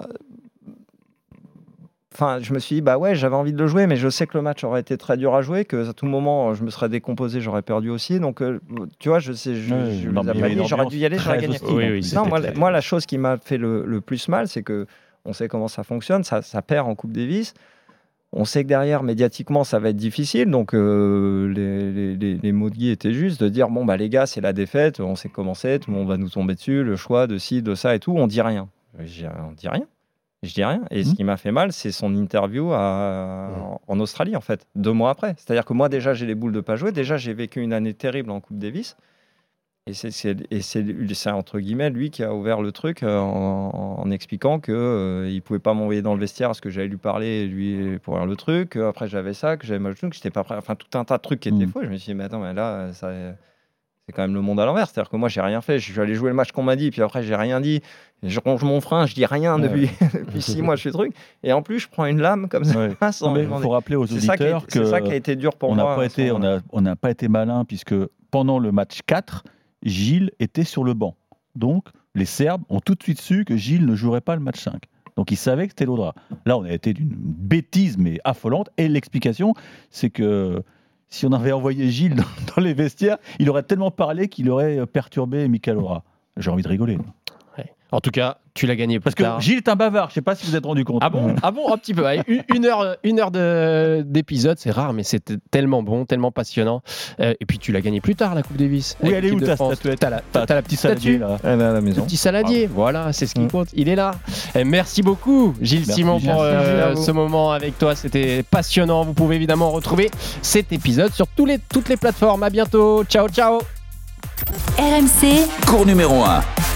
Enfin, je me suis dit, bah ouais, j'avais envie de le jouer, mais je sais que le match aurait été très dur à jouer, que à tout moment, je me serais décomposé, j'aurais perdu aussi. Donc, euh, tu vois, je sais, je, ouais, je non, les ai pas dit, j'aurais dû y aller, j'aurais gagné. Oui, oui, non, moi, moi, la chose qui m'a fait le, le plus mal, c'est que On sait comment ça fonctionne. Ça, ça perd en Coupe Davis. On sait que derrière, médiatiquement, ça va être difficile. Donc, euh, les, les, les, les mots de Guy étaient justes de dire, bon, bah, les gars, c'est la défaite. On sait comment c'est. Tout le monde va nous tomber dessus. Le choix de ci, de ça et tout. On dit rien. Je, on dit rien. Je dis rien. Et mmh. ce qui m'a fait mal, c'est son interview à, mmh. en, en Australie, en fait, deux mois après. C'est-à-dire que moi, déjà, j'ai les boules de pas jouer. Déjà, j'ai vécu une année terrible en Coupe Davis. Et c'est, c'est, et c'est, c'est entre guillemets lui qui a ouvert le truc euh, en, en expliquant qu'il euh, ne pouvait pas m'envoyer dans le vestiaire parce que j'allais lui parler lui pour voir le truc. Après, j'avais ça, que j'avais mal que j'étais pas prêt. Enfin, tout un tas de trucs qui étaient mmh. faux. Je me suis dit, mais attends, mais là, ça, c'est quand même le monde à l'envers. C'est-à-dire que moi, j'ai rien fait. Je suis allé jouer le match qu'on m'a dit, puis après, j'ai rien dit. Je ronge mon frein, je dis rien depuis, ouais. depuis six mois, je fais truc. Et en plus, je prends une lame comme ça. Ouais. Sans il faut rappeler aux c'est auditeurs ça que c'est ça qui a été dur pour on moi. Pas été, on n'a on pas été malin, puisque pendant le match quatre, Gilles était sur le banc. Donc, les Serbes ont tout de suite su que Gilles ne jouerait pas le match cinq. Donc, ils savaient que c'était Laudra. Là, on a été d'une bêtise, mais affolante. Et l'explication, c'est que si on avait envoyé Gilles dans, dans les vestiaires, il aurait tellement parlé qu'il aurait perturbé Mickaël Laudra. J'ai envie de rigoler. Ouais. En tout cas, tu l'as gagné plus Parce que tard. Gilles est un bavard, je ne sais pas si vous vous êtes rendu compte. Ah bon, ah bon, un petit peu. Ouais. Une, une heure, une heure de, d'épisode, c'est rare, mais c'était tellement bon, tellement passionnant. Euh, et puis tu l'as gagné plus tard, la Coupe Davis. Oui, elle est où ta statuette? T'as la, t'as, t'as la petite statue là. Elle est à la maison. Le petit saladier, ah. voilà, c'est ce qui mmh. compte. Il est là. Et merci beaucoup, Gilles merci, Simon, pour euh, ce moment avec toi. C'était passionnant. Vous pouvez évidemment retrouver cet épisode sur tous les, toutes les plateformes. À bientôt. Ciao, ciao. R M C, cours numéro un.